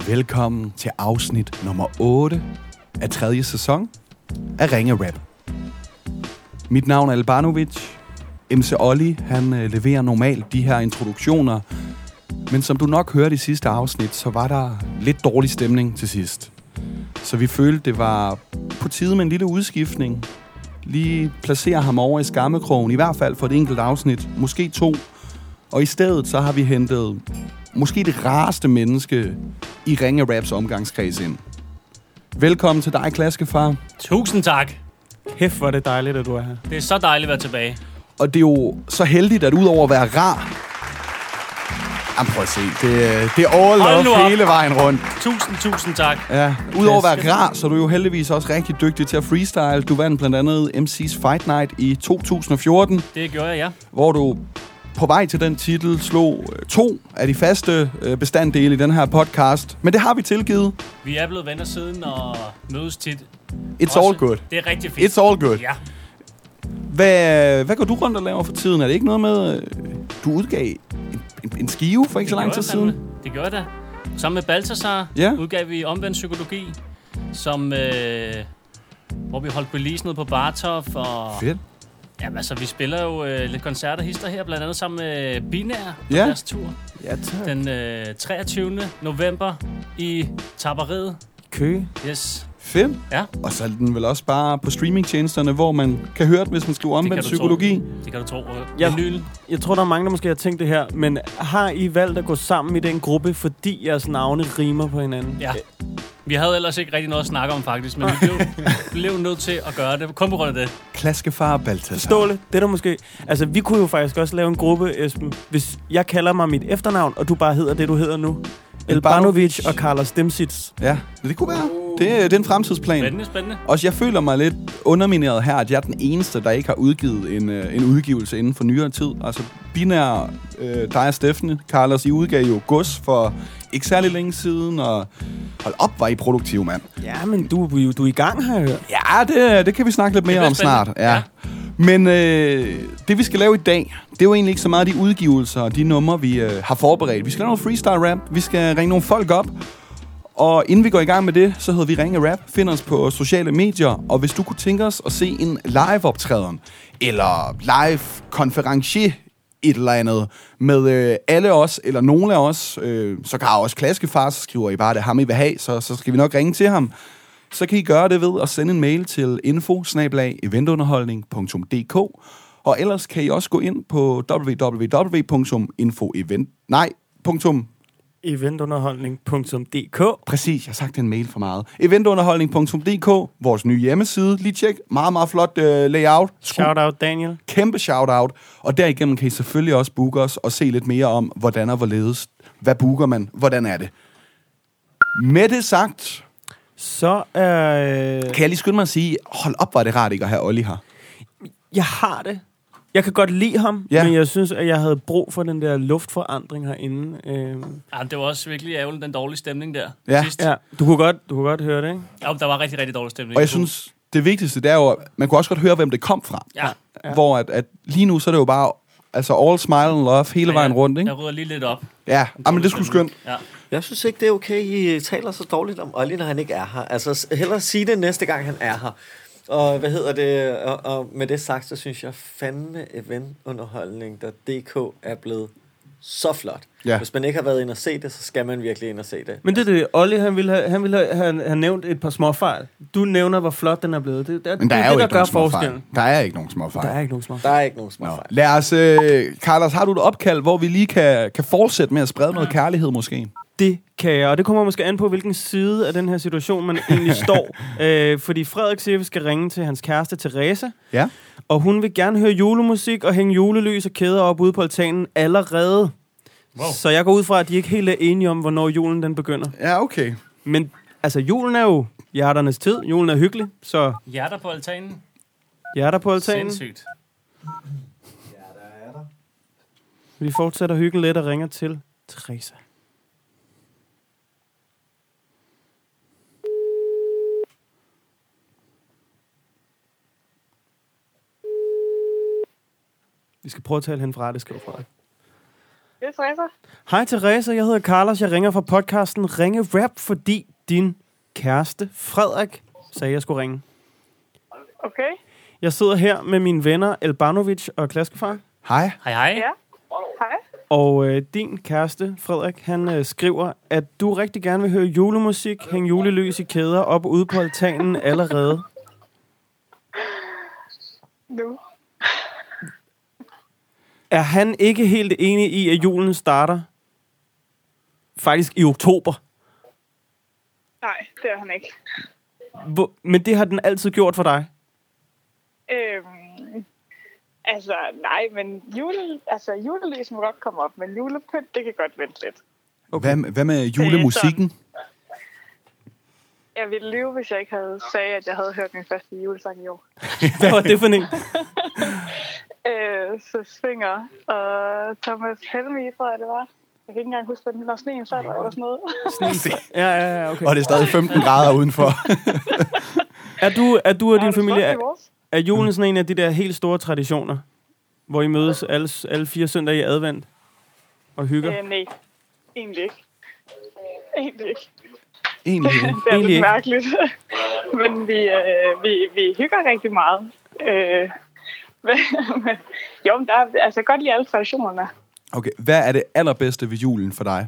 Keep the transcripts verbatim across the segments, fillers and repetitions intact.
Velkommen til afsnit nummer otte af tredje sæson af Ringe Rap. Mit navn er Albanovic. M C Olli, han øh, leverer normalt de her introduktioner. Men som du nok hørte i sidste afsnit, så var der lidt dårlig stemning til sidst. Så vi følte, det var på tide med en lille udskiftning. Lige placere ham over i skammekrogen, i hvert fald for et enkelt afsnit, måske to. Og i stedet så har vi hentet måske det rareste menneske i Ringe Raps omgangskreds ind. Velkommen til dig, Klaskefar. Tusind tak. Kæft, hvor er det dejligt, at du er her. Det er så dejligt at være tilbage. Og det er jo så heldigt, at udover at være rar... Jamen prøv at se, det, det er all love hele vejen rundt. Tusind, tusind tak. Ja, udover at være rar, så er du jo heldigvis også rigtig dygtig til at freestyle. Du vandt blandt andet M C's Fight Night i to tusind og fjorten. Det gjorde jeg, ja. Hvor du på vej til den titel slog to af de faste bestanddele i den her podcast. Men det har vi tilgivet. Vi er blevet venner siden og mødes tit. It's også, all good. Det er rigtig fint. It's all good. Ja. Hvad, hvad går du rundt og laver for tiden? Er det ikke noget med, du udgav en, en, en skive for ikke det så lang tid siden? Med. Det gjorde jeg da. Sammen med Balthasar ja. udgav vi Omvendt Psykologi, som, øh, hvor vi holdt release ned på Bartov. Og fedt. Jamen altså, vi spiller jo øh, lidt koncerter hister her, blandt andet sammen med Binær på ja. deres tur. Ja, tak. Den øh, treogtyvende november i Tapperiet. Køge. Yes. Fedt. Ja. Og så er den vel også bare på streamingtjenesterne, hvor man kan høre det, hvis man skriver Omvendt Psykologi. Tro. Det kan du tro. Jeg, jeg tror, der er mange, der måske har tænkt det her, men har I valgt at gå sammen i den gruppe, fordi jeres navne rimer på hinanden? Ja. Vi havde ellers ikke rigtig noget at snakke om, faktisk, men vi blev, blev nødt til at gøre det. Kom på grund af det. Klaskefar og Balthasar. Forståeligt. Det er der måske... Altså, vi kunne jo faktisk også lave en gruppe, Esben, hvis jeg kalder mig mit efternavn, og du bare hedder det, du hedder nu. Albanovic og Carlos Demsits. Ja, det kunne være. Det, det er en fremtidsplan. Spændende, spændende. Også jeg føler mig lidt undermineret her, at jeg er den eneste, der ikke har udgivet en, en udgivelse inden for nyere tid. Altså, Binær, øh, dig og Stephanie, Carlos, I udgav jo Gods for ikke særlig længe siden, og hold op, var I produktiv, mand. Ja, men du, du er i gang, har jeg hørt. Ja, det, det kan vi snakke lidt mere om snart. Ja. Ja. Men øh, det, vi skal lave i dag, det er jo egentlig ikke så meget de udgivelser og de numre, vi øh, har forberedt. Vi skal lave noget freestyle rap, vi skal ringe nogle folk op. Og inden vi går i gang med det, så hedder vi Ringe Rap. Find os på sociale medier. Og hvis du kunne tænke os at se en live-optræden, eller live-konferencier, et eller andet, med øh, alle os, eller nogle af os, øh, så kan også Klaskefar, så skriver I bare det, ham I vil have, så, så skal vi nok ringe til ham. Så kan I gøre det ved at sende en mail til info bindestreg eventunderholdning punktum d k. Og ellers kan I også gå ind på w w w punktum info event nej, punktum eventunderholdning punktum d k. Præcis, jeg har sagt en mail for meget. eventunderholdning punktum d k, vores nye hjemmeside. Lige tjek. Meget, meget flot uh, layout. Shout out, Daniel. Kæmpe shout out. Og derigennem kan I selvfølgelig også booke os og se lidt mere om, hvordan og hvorledes. Hvad booker man? Hvordan er det? Med det sagt, så er... Øh... kan jeg lige skynde mig at sige, hold op, var det rart ikke at have Olli her. Jeg har det. Jeg kan godt lide ham, ja. Men jeg synes, at jeg havde brug for den der luftforandring herinde. Øhm. Ja, det var også virkelig ærgerligt, den dårlige stemning der ja. sidst. Ja, du kunne godt, du kunne godt høre det, ikke? Ja, der var rigtig, rigtig dårlig stemning. Og jeg synes, det vigtigste, det er jo, man kunne også godt høre, hvem det kom fra. Ja. Ja. Hvor at, at lige nu, så er det jo bare, altså all smile and love hele ja, vejen rundt, ikke? Jeg rydder lige lidt op. Ja, men det er sgu skønt. Ja. Jeg synes ikke, det er okay, I taler så dårligt om Olli, når han ikke er her. Altså, hellere sige det næste gang, han er her. Og hvad hedder det? Og, og med det sagt, så synes jeg fandme eventunderholdning punktum d k er blevet så flot. Ja. Hvis man ikke har været inde og se det, så skal man virkelig ind og se det. Men det er det. Olli, han ville have, han ville have, have, have nævnt et par småfejl. Du nævner, hvor flot den er blevet. Det, det, Men der det, er det, jo der ikke gør nogen småfejl. forskellen. Der er ikke nogen småfejl. Der er ikke nogen småfejl. Der er ikke nogen småfejl. Lad os, øh, Carlos, har du et opkald, hvor vi lige kan, kan fortsætte med at sprede noget kærlighed måske? Det kan jeg, og det kommer måske an på, hvilken side af den her situation, man egentlig står. Øh, fordi Frederik siger, at vi skal ringe til hans kæreste, Therese. Ja. Og hun vil gerne høre julemusik og hænge julelys og kæder op ude på altanen allerede. Wow. Så jeg går ud fra, at de ikke helt er enige om, hvornår julen den begynder. Ja, okay. Men altså, julen er jo hjerternes tid. Julen er hyggelig, så... Hjerter på altanen? Hjerter på altanen. Sindssygt. Hjerter er der. Vi fortsætter hyggen lidt og ringer til Therese. Vi skal prøve at tale hende fra, det skal du fra. Det er Teresa. Hej Teresa, jeg hedder Carlos. Jeg ringer fra podcasten Ringe Rap, fordi din kæreste Frederik sagde, jeg skulle ringe. Okay. Jeg sidder her med mine venner Elbanovic og Klaskefar. Hej. Hej, hej. Ja. Hej. Og øh, din kæreste, Frederik, han øh, skriver, at du rigtig gerne vil høre julemusik, hænge julelys i kæder op ude på altanen allerede. Nu. Er han ikke helt enig i, at julen starter faktisk i oktober? Nej, det er han ikke. Hvor, men det har den altid gjort for dig? Øhm, altså, nej, men jule, altså, julelys må godt komme op, men julepynt, det kan godt vente lidt. Okay. Hvad, hvad med julemusikken? Jeg ville lyve, hvis jeg ikke havde sagt, at jeg havde hørt min første julesang i år. Hvad var det for en? øh, så Svinger og Thomas Helmi, tror jeg det var. Jeg kan ikke engang huske, når sneen falder eller sådan noget. Sneen. Ja, ja, ja, okay. Og det er stadig femten grader udenfor. Er du, er du og din Er du familie, stolt i er, vores? er julen sådan en af de der helt store traditioner, hvor I mødes alle, alle fire søndage i advent og hygger? Øh, nej, egentlig ikke. Egentlig ikke. Egentlig ikke. Det er Egentlig lidt ikke. mærkeligt. Men vi, øh, vi, vi hygger rigtig meget. Øh, men, men, jo, men der er altså godt lide alle traditionerne. Okay, hvad er det allerbedste ved julen for dig?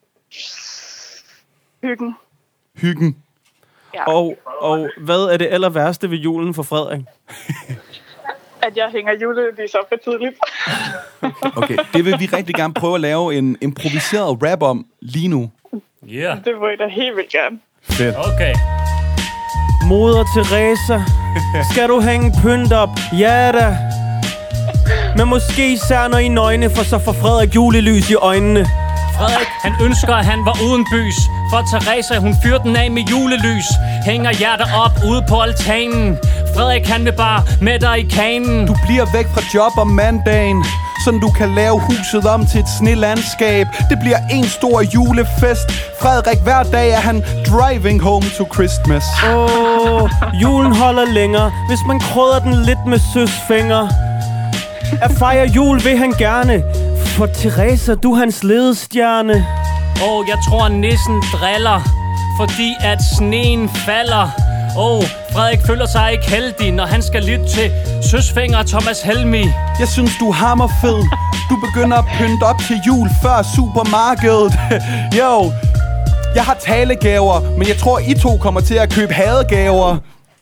Hyggen. Hyggen. Ja. Og, og hvad er det aller værste ved julen for Frederik? At jeg hænger julelys op for tidligt. Okay, det vil vi rigtig gerne prøve at lave en improviseret rap om lige nu. Yeah. Det må jeg da helt vildt gerne. Fedt. Okay. Moder Teresa, skal du hænge pynt op? Ja da. Men måske især når I er nøgne, for så får Frederik julelys i øjnene. Frederik, han ønsker, at han var uden bys. For Teresa, hun fyrer den af med julelys. Hænger hjerter op ude på altanen. Frederik, han vil bare med dig i kanen. Du bliver væk fra job om mandagen, sådan du kan lave huset om til et snelandskab. Det bliver en stor julefest. Frederik, hver dag er han driving home to Christmas. Åh, oh, julen holder længere, hvis man krydder den lidt med søsfinger. At fejre jul vil han gerne, for Teresa, du er hans ledestjerne. Åh, oh, jeg tror, nissen driller, fordi at sneen falder. Åh, oh, Frederik føler sig ikke heldig, når han skal lytte til søsfinger Thomas Helmi. Jeg synes, du er hammerfed. Du begynder at pynte op til jul før supermarkedet. Jo, jeg har talegaver, men jeg tror, I to kommer til at købe hadegaver.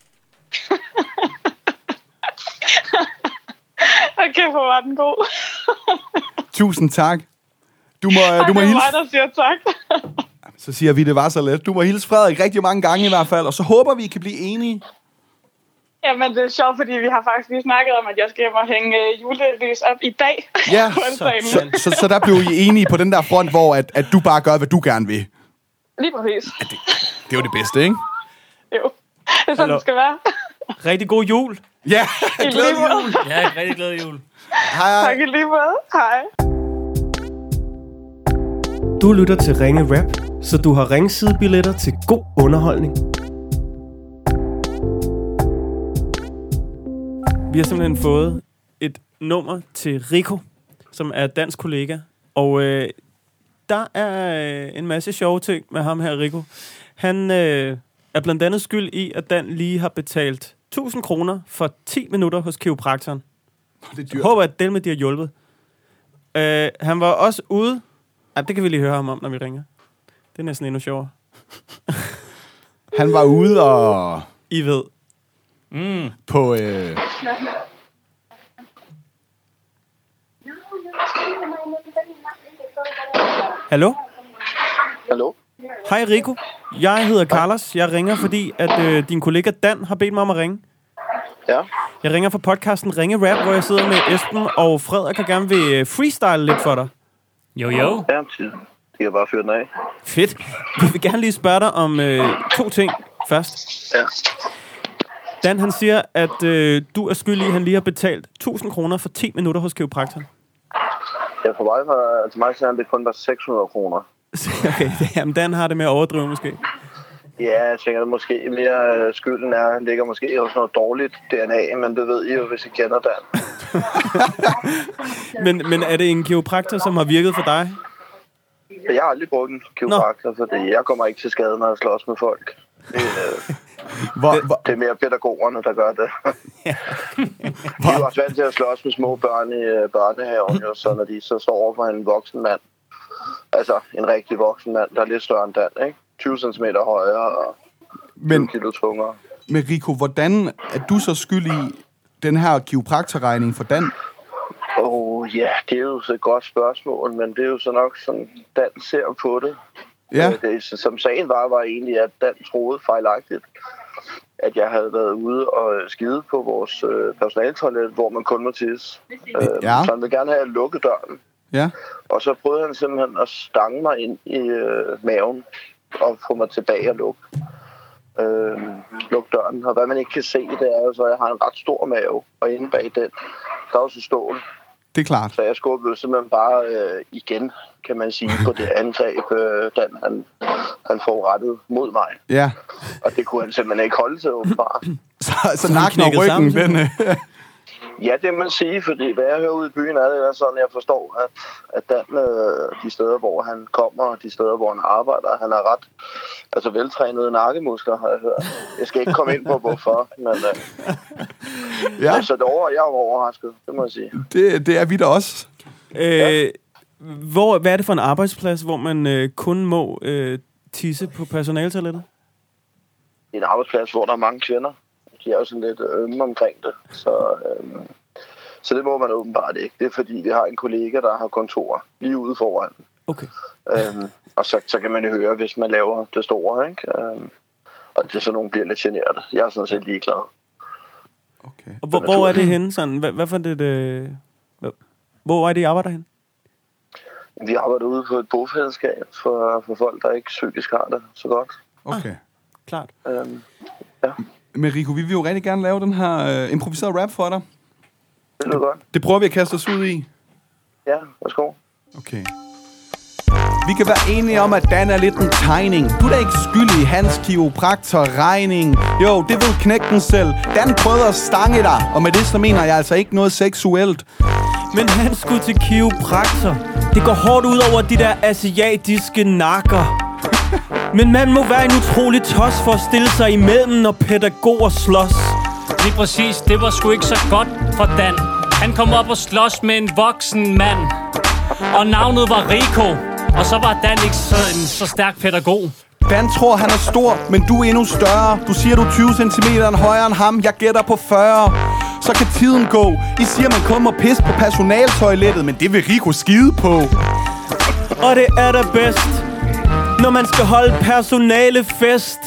Okay, hvor var den god. Tusind tak. Du må, Og du må det er hilse. mig, der siger tak. Så siger vi, det var så let. Du må hilse Frederik rigtig mange gange i hvert fald, og så håber vi, I kan blive enige. Jamen, det er sjovt, fordi vi har faktisk lige snakket om, at jeg skal hjem og hænge øh, julelys op i dag. Ja, På altanen. så, så, så der blev I enige på den der front, hvor at, at du bare gør, hvad du gerne vil. Lige præcis. Det er jo det bedste, ikke? Jo, det er sådan, Hallo. det skal være. Rigtig god jul. Ja, I lige glædelig måde. jul. Ja, jeg er rigtig glad i jul. Hej, hej. Tak i lige måde. Hej. Du lytter til Ringe Rap, så du har ringsidebilletter til god underholdning. Vi har simpelthen fået et nummer til Rico, som er dansk kollega. Og øh, der er øh, en masse sjove ting med ham her, Rico. Han øh, er blandt andet skyld i, at Dan lige har betalt tusind kroner for ti minutter hos kiropraktoren. Det er Jeg dyrt. håber, at dem med de har hjulpet. Øh, han var også ude... Ej, det kan vi lige høre ham om, når vi ringer. Det er næsten endnu sjovere. Han var ude og I ved. Mm. på... Øh... Hallo? Hallo? Hej Rico. Jeg hedder Carlos. Jeg ringer, fordi at øh, din kollega Dan har bedt mig om at ringe. Ja? Jeg ringer fra podcasten Ringe Rap, hvor jeg sidder med Esben og Frederik og gerne vil øh, freestyle lidt for dig. Jo, jo. Ja, de kan bare fyre den af. Fedt. Vi vil gerne lige spørge dig om øh, to ting først. Ja. Dan, han siger, at øh, du er skyldig, at han lige har betalt tusind kroner for ti minutter hos kiropraktoren. Ja, for mig, for, til mig siger han, det kun var seks hundrede kroner. Okay, jamen Dan har det med at overdrive måske. Ja, jeg tænker, at måske mere skylden er, ligger måske også noget dårligt D N A, men det ved I jo, hvis I kender Dan. men, men er det en kiropraktor, som har virket for dig? Jeg har aldrig brugt en kiropraktor, fordi jeg kommer ikke til skade, når jeg slås med folk. Det, øh, hvor, det, hvor... det er mere pædagogerne, der gør det. De er jo også vant til at slås med små børn i øh, børnehaven, jo, så når de så står over for en voksen mand, altså en rigtig voksen mand, der er lidt større end Dan, ikke? tyve centimeter højere og tyve kilo tungere. Men Rico, hvordan er du så skyld i den her kiropraktorregning for Dan? Åh oh, ja, det er jo så et godt spørgsmål, men det er jo så nok sådan, Dan ser på det. Ja. Det, som sagen var, var egentlig, at Dan troede fejlagtigt, at jeg havde været ude og skide på vores øh, personaletoilet, hvor man kun må tisse. Øh, ja. Så han ville gerne have lukket døren. Ja. Og så prøvede han simpelthen at stange mig ind i øh, maven og få mig tilbage og lukke. Øh, lukke døren. Og hvad man ikke kan se, det er jo så, at jeg har en ret stor mave, og inde bag den, der er også stål. Det er klart. Så jeg skubbede simpelthen bare øh, igen, kan man sige, på det angreb, øh, Dan han, han får rettet mod mig. Ja. Og det kunne han simpelthen ikke holde til, åbenbart. så så nakken og ryggen, den... Øh... Ja, det må man sige, fordi hvad jeg hører ude i byen, er det sådan, jeg forstår, at, at Dan, øh, de steder, hvor han kommer, og de steder, hvor han arbejder, han er ret altså veltrænede nakkemuskler, har jeg hørt. Jeg skal ikke komme ind på, hvorfor, men øh, ja. Så det over, jeg er overrasket, det må jeg sige. Det, det er vi da også. Øh, ja. hvor, hvad er det for en arbejdsplads, hvor man øh, kun må øh, tisse på personaletoilettet? En arbejdsplads, hvor der er mange kvinder. De er jo sådan lidt ømme omkring det, så, øhm, så det må man åbenbart ikke. Det er fordi, vi har en kollega, der har kontor lige ude foran. Okay. Øhm, og så, så kan man jo høre, hvis man laver det store, ikke? Øhm, og det er så nogen bliver lidt generet. Jeg er sådan set ligeglad. Okay. Og hvor, hvor er det henne? Sådan? Hvad, hvad for det, det, hvor er det, I arbejder henne? Vi arbejder ude på et bofællesskab for, for folk, der ikke psykisk har det så godt. Okay. Ah, klart. Øhm, ja. Men Rico, vi vil jo rigtig gerne lave den her øh, improviserede rap for dig. Det er godt. Det prøver vi at kaste os ud i. Ja, værsgo. Okay. Vi kan være enige om, at Dan er lidt en tegning. Du er da ikke skyldig i hans kiropraktorregning. Jo, det ved knægten selv. Dan prøvede at stange dig, og med det så mener jeg altså ikke noget seksuelt. Men han skulle til kiropraktor. Det går hårdt ud over de der asiatiske nakker. Men man må være en utrolig tos for at stille sig imellem, når pædagoger slås. Lige præcis, det var sgu ikke så godt for Dan. Han kom op og slås med en voksen mand. Og navnet var Rico. Og så var Dan ikke så, en så stærk pædagog. Dan tror, han er stor, men du er endnu større. Du siger, du er tyve centimeter højere end ham. Jeg gætter på fyrre. Så kan tiden gå. I siger, man kommer og pisse på personaltoilettet, men det vil Rico skide på. Og det er da bedst, når man skal holde personalefest.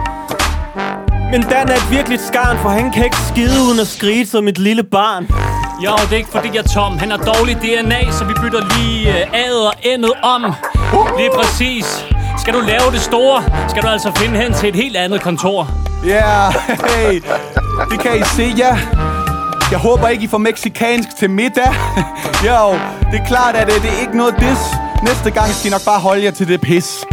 Men Dan er et virkelig skarn, for han kan ikke skide uden at skrige som et lille barn. Jo, det er ikke fordi jeg er tom. Han har dårlig D N A, så vi bytter lige uh, A'et og N'et om. Lige præcis. Skal du lave det store, skal du altså finde hen til et helt andet kontor. Ja, yeah, hey. Det kan I se, ja. Jeg håber ikke, I får mexicansk til middag. Jo, det er klart, at det, det er ikke noget dis. Næste gang skal I nok bare holde jer til det pis.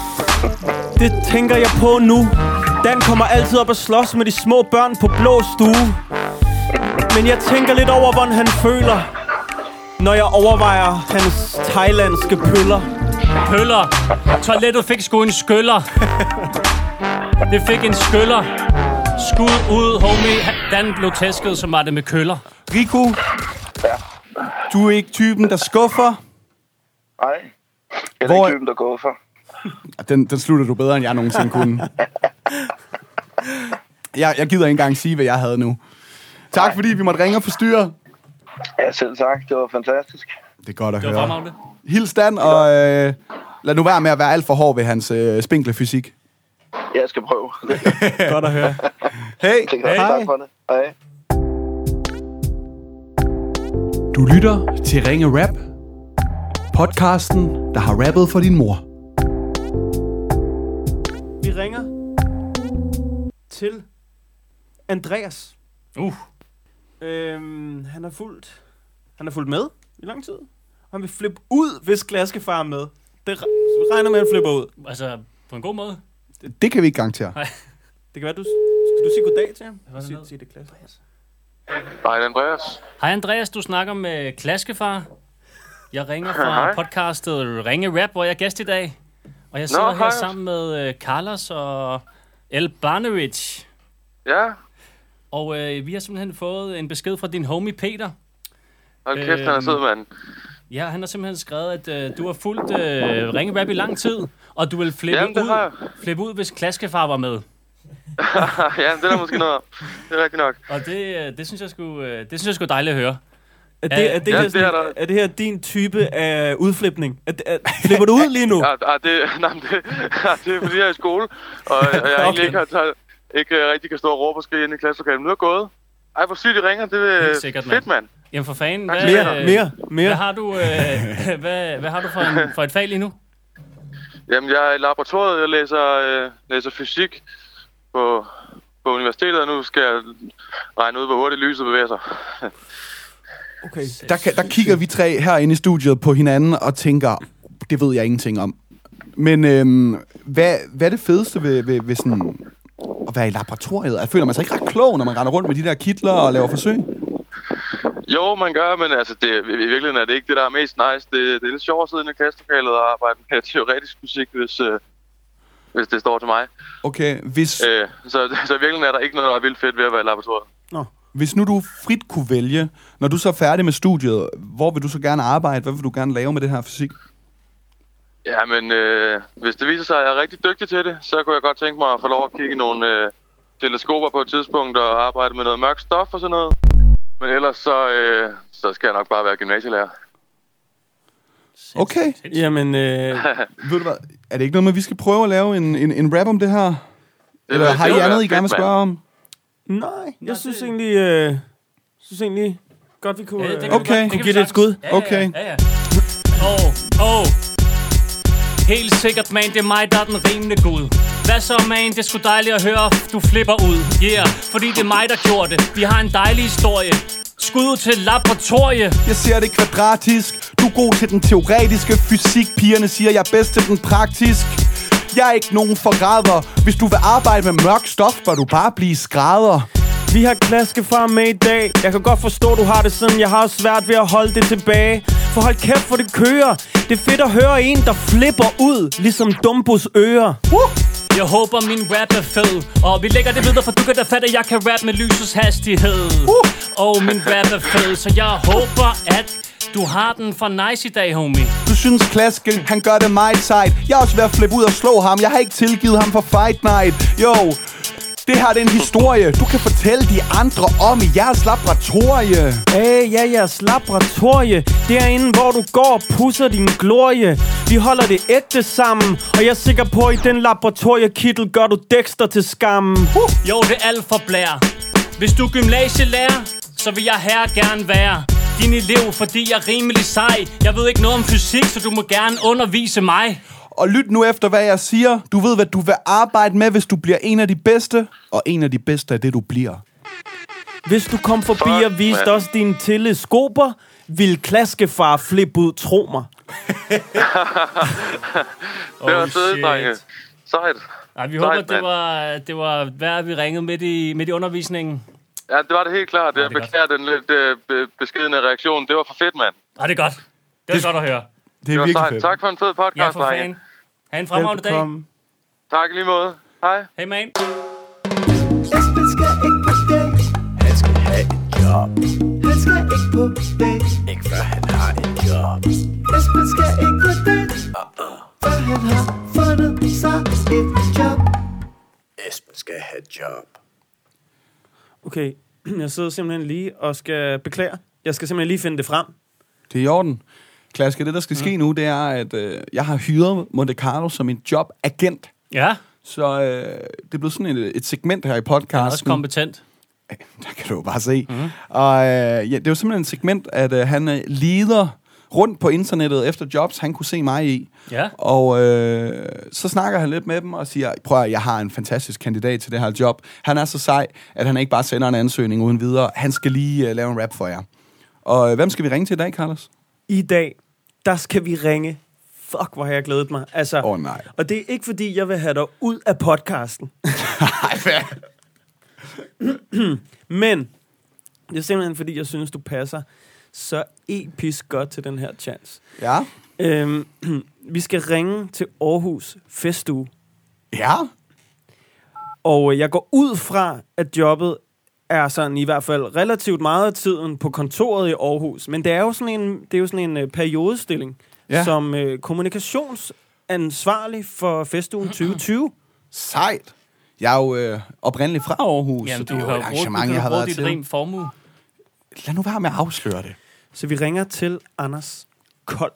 Det tænker jeg på nu. Dan kommer altid op og slås med de små børn på blå stue. Men jeg tænker lidt over, hvordan han føler, når jeg overvejer hans thailandske pøller. Pøller? Toilettet fik sgu en skyller. Det fik en skyller. Skud ud, homie. Dan blev tæsket, som var det med køller. Rico, ja. Du er ikke typen, der skuffer. Nej, jeg er Hvor... ikke typen, der går for. Den, den slutter du bedre, end jeg nogensinde kunne. jeg, jeg gider ikke engang sige, hvad jeg havde nu. Tak, Nej. Fordi vi måtte ringe og forstyrre. Ja, selv tak. Det var fantastisk. Det er godt at det høre. Hils Dan, og øh, lad nu være med at være alt for hård ved hans øh, spinkle fysik. Jeg skal prøve. Godt at høre. Hey. Hej. Tak for det. Hej. Du lytter til Ringe Rap. Podcasten, der har rappet for din mor. Vi ringer til Andreas. Uh. Øhm, han har fulgt, han har fulgt med i lang tid. Og han vil flippe ud, hvis Glaskefar er med. Det regner med, at han flipper ud. Altså, på en god måde? Det, det kan vi ikke garantere. Nej. Det kan være, du... Skal du sige goddag til ham? Sig, sig det, Klaske. Hej, Andreas. Hej Andreas, du snakker med Klaskefar. Jeg ringer fra Hej. podcastet Ringe Rap, hvor jeg er gæst i dag. Og jeg sidder Nå, her hej. sammen med uh, Carlos og El Barnevich. Ja, Og øh, vi har simpelthen fået en besked fra din homie Peter. hold kæft, han er Øhm. sød, mand. Ja, han har simpelthen skrevet, at øh, du har fulgt øh, Ringe Rap i lang tid, og du vil flippe, Jamen, det har ud, flippe ud, hvis Klaskefar var med. Ja, det er der måske noget om. Det er rigtigt nok. Og det, øh, det synes jeg skulle, øh, det synes jeg skulle dejligt at høre. Er det, er, det Ja, her, det sådan, er der. er det her din type af udflipning? Er, er, flipper du ud lige nu? Ja, ja, det, nej, men det, ja, det er fordi, jeg er i skole, og, og jeg Okay. egentlig ikke, har, taget- ikke uh, rigtig kan stå og råbe og skrige inde i klasselokalet. Nu er jeg gået. Ej, hvor sygt, de ringer. Det er Helt sikkert, fedt, mand. Jamen for fanden, Tak. hvad, Mere, øh, mere, mere. hvad har du, øh, hvad, hvad har du for, en, for et fag lige nu? Jamen, jeg er i laboratoriet. Jeg læser, øh, læser fysik på, på universitetet, og nu skal jeg regne ud, hvor hurtigt lyset bevæger sig. Okay. Der, kan, der kigger vi tre herinde i studiet på hinanden og tænker, det ved jeg ingenting om. Men øhm, hvad, hvad er det fedeste ved, ved, ved sådan at være i laboratoriet? Jeg føler man sig ikke ret klog, når man render rundt med de der kitler og laver forsøg? Jo, man gør, men altså, det, i virkeligheden er det ikke det, der er mest nice. Det, det er lidt sjovere at sidde inde i klasselokalet og arbejde med teoretisk fysik, hvis, øh, hvis det står til mig. Okay, hvis, Øh, så, så i virkeligheden er der ikke noget, der er vildt fedt ved at være i laboratoriet. Nå. hvis nu du frit kunne vælge, når du så er færdig med studiet, hvor vil du så gerne arbejde? Hvad vil du gerne lave med det her fysik? Ja, men øh, hvis det viser sig, at jeg er rigtig dygtig til det, så kunne jeg godt tænke mig at få lov at kigge i nogle øh, teleskoper på et tidspunkt og arbejde med noget mørkt stof og sådan noget. Men ellers så, øh, så skal jeg nok bare være gymnasielærer. Okay. Jamen, øh, Ved du hvad, er det ikke noget med, at vi skal prøve at lave en, en, en rap om det her? Eller vil- har det I vil andet, være I gerne vil fedt, spørge om? nej, jeg synes egentlig, øh, synes egentlig godt, vi kunne, Ja, det øh, kan vi Okay. godt- kunne kan give vi det et skud. sagtens. Okay. Ja, ja. Åh, åh. Helt sikkert, man, det er mig, der er den rimende gud. Hvad så, man? Det er sgu dejligt at høre, du flipper ud. Yeah, fordi det er mig, der gjorde det. Vi har en dejlig historie. Skud ud til laboratorie. Jeg ser det kvadratisk. Du er god til den teoretiske fysik. Pigerne siger, jeg er bedst til den praktisk. Jeg er ikke nogen forræder. Hvis du vil arbejde med mørk stof, bør du bare blive skrædder. Vi har Klaskefar med i dag. Jeg kan godt forstå, du har det sådan. Jeg har også svært ved at holde det tilbage. For hold kæft, for det kører. Det er fedt at høre en, der flipper ud, ligesom Dumbos ører. Uh! Jeg håber, min rap er fed. Og vi lægger det videre, for du kan da fatte, at jeg kan rap med lysets hastighed. Uh! Og min rap er fed, så jeg håber, at du har den for nice i dag, homie. Du synes Klaske, han gør det meget sejt. Jeg er også ved at flippe ud og slå ham. Jeg har ikke tilgivet ham for Fight Night. Jo, det her det er en historie. Du kan fortælle de andre om i jeres laboratorie. Hey, ja, jeres laboratorie. Derinde, hvor du går og pusser din glorie. Vi holder det ægte sammen. Og jeg er sikker på, at i den laboratoriekittel gør du Dexter til skammen. Uh! Jo, det er alt for blær. Hvis du er gymnasielærer, så vil jeg her gerne være din elev, fordi jeg er rimelig sej. Jeg ved ikke noget om fysik, så du må gerne undervise mig. Og lyt nu efter, hvad jeg siger. Du ved, hvad du vil arbejde med, hvis du bliver en af de bedste. Og en af de bedste er det, du bliver. Hvis du kom forbi Fuck, og viste man. os dine teleskoper, vil Klaskefar flippe ud, tro mig. Det var fedt, drenge. Sejt. Ej, vi håber, Sejt, det var, det var værd, vi ringede midt i, midt i undervisningen. Ja, det var det helt klart. Ja, Jeg det er beklager den lidt øh, be- beskedne reaktion. Det var for fedt, mand. Ej, det er godt. Det er Det- godt at høre. Det Det er var virkelig sejt. fedt. Tak for en fed podcast, Ja, for drenge. fan. Ha' en fremragende dag. Velbekomme. Tak i lige måde. Hej. Hey, man. Esben skal ikke på date. Han skal have et job. Han skal ikke på date. Ikke før han har et job. Esben skal ikke på date. Uh-uh. Før han har fundet sig et job. Esben skal have et job. Okay, jeg sidder simpelthen lige og skal beklage. Jeg skal simpelthen lige finde det frem. Det er i orden. Klaske, det der skal ske nu, det er, at øh, jeg har hyret Monte Carlo som en jobagent. Ja, Så øh, det er blevet sådan et, et segment her i han er også podcasten. kompetent. Der kan du jo bare se. Mm-hmm. Og øh, ja, det er jo simpelthen et segment, at øh, han øh, leder rundt på internettet efter jobs, han kunne se mig i. Ja. Og øh, så snakker han lidt med dem og siger, prøv at jeg har en fantastisk kandidat til det her job. Han er så sej, at han ikke bare sender en ansøgning uden videre. Han skal lige øh, lave en rap for jer. Og øh, hvem skal vi ringe til i dag, Carlos? I dag, der skal vi ringe fuck, hvor har jeg glædet mig. Altså, Åh oh, nej. Og det er ikke, fordi jeg vil have dig ud af podcasten. Nej, hvad? Men det er simpelthen, fordi jeg synes, du passer så episk godt til den her chance. Ja. Øhm, vi skal ringe til Aarhus Festuge. Ja. Og jeg går ud fra, at jobbet er sådan i hvert fald relativt meget af tiden på kontoret i Aarhus. Men det er jo sådan en, det er jo sådan en uh, periodestilling, ja. som uh, kommunikationsansvarlig for Festugen tyve tyve. Sejt. Jeg er jo øh, oprindeligt fra Aarhus, Jamen, så det er du jo et har arrangement, råd, jeg har været dit til. rim formue. Lad nu være med at afsløre det. Så vi ringer til Anders Kold.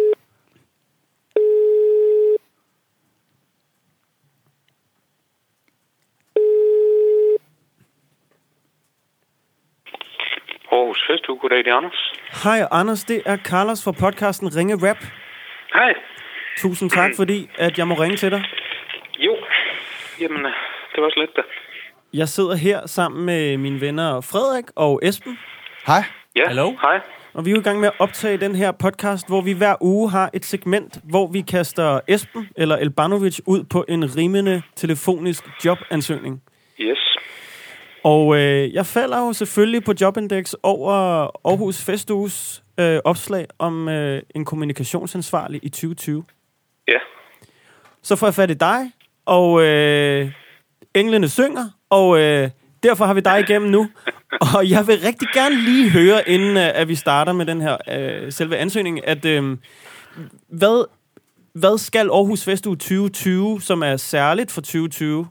Aarhus Festuge, goddag, det er Anders. Hej Anders, det er Carlos fra podcasten Ringe Rap. Hej. Tusind tak, fordi at jeg må ringe til dig. Jo, jamen, det var så lidt da. Jeg sidder her sammen med mine venner Frederik og Esben. Hej. Ja, hallo. Hej. Og vi er jo i gang med at optage den her podcast, hvor vi hver uge har et segment, hvor vi kaster Esben eller Elbanovic ud på en rimende telefonisk jobansøgning. Yes. Og øh, jeg falder jo selvfølgelig på Jobindex over Aarhus Festuges øh, opslag om øh, en kommunikationsansvarlig i tyve tyve. Ja. Så får jeg fat i dig, og øh, englene synger, og øh, derfor har vi dig igennem nu. Og jeg vil rigtig gerne lige høre, inden øh, at vi starter med den her øh, selve ansøgning, at øh, hvad, hvad skal Aarhus Festuge tyve tyve, som er særligt for tyve tyve?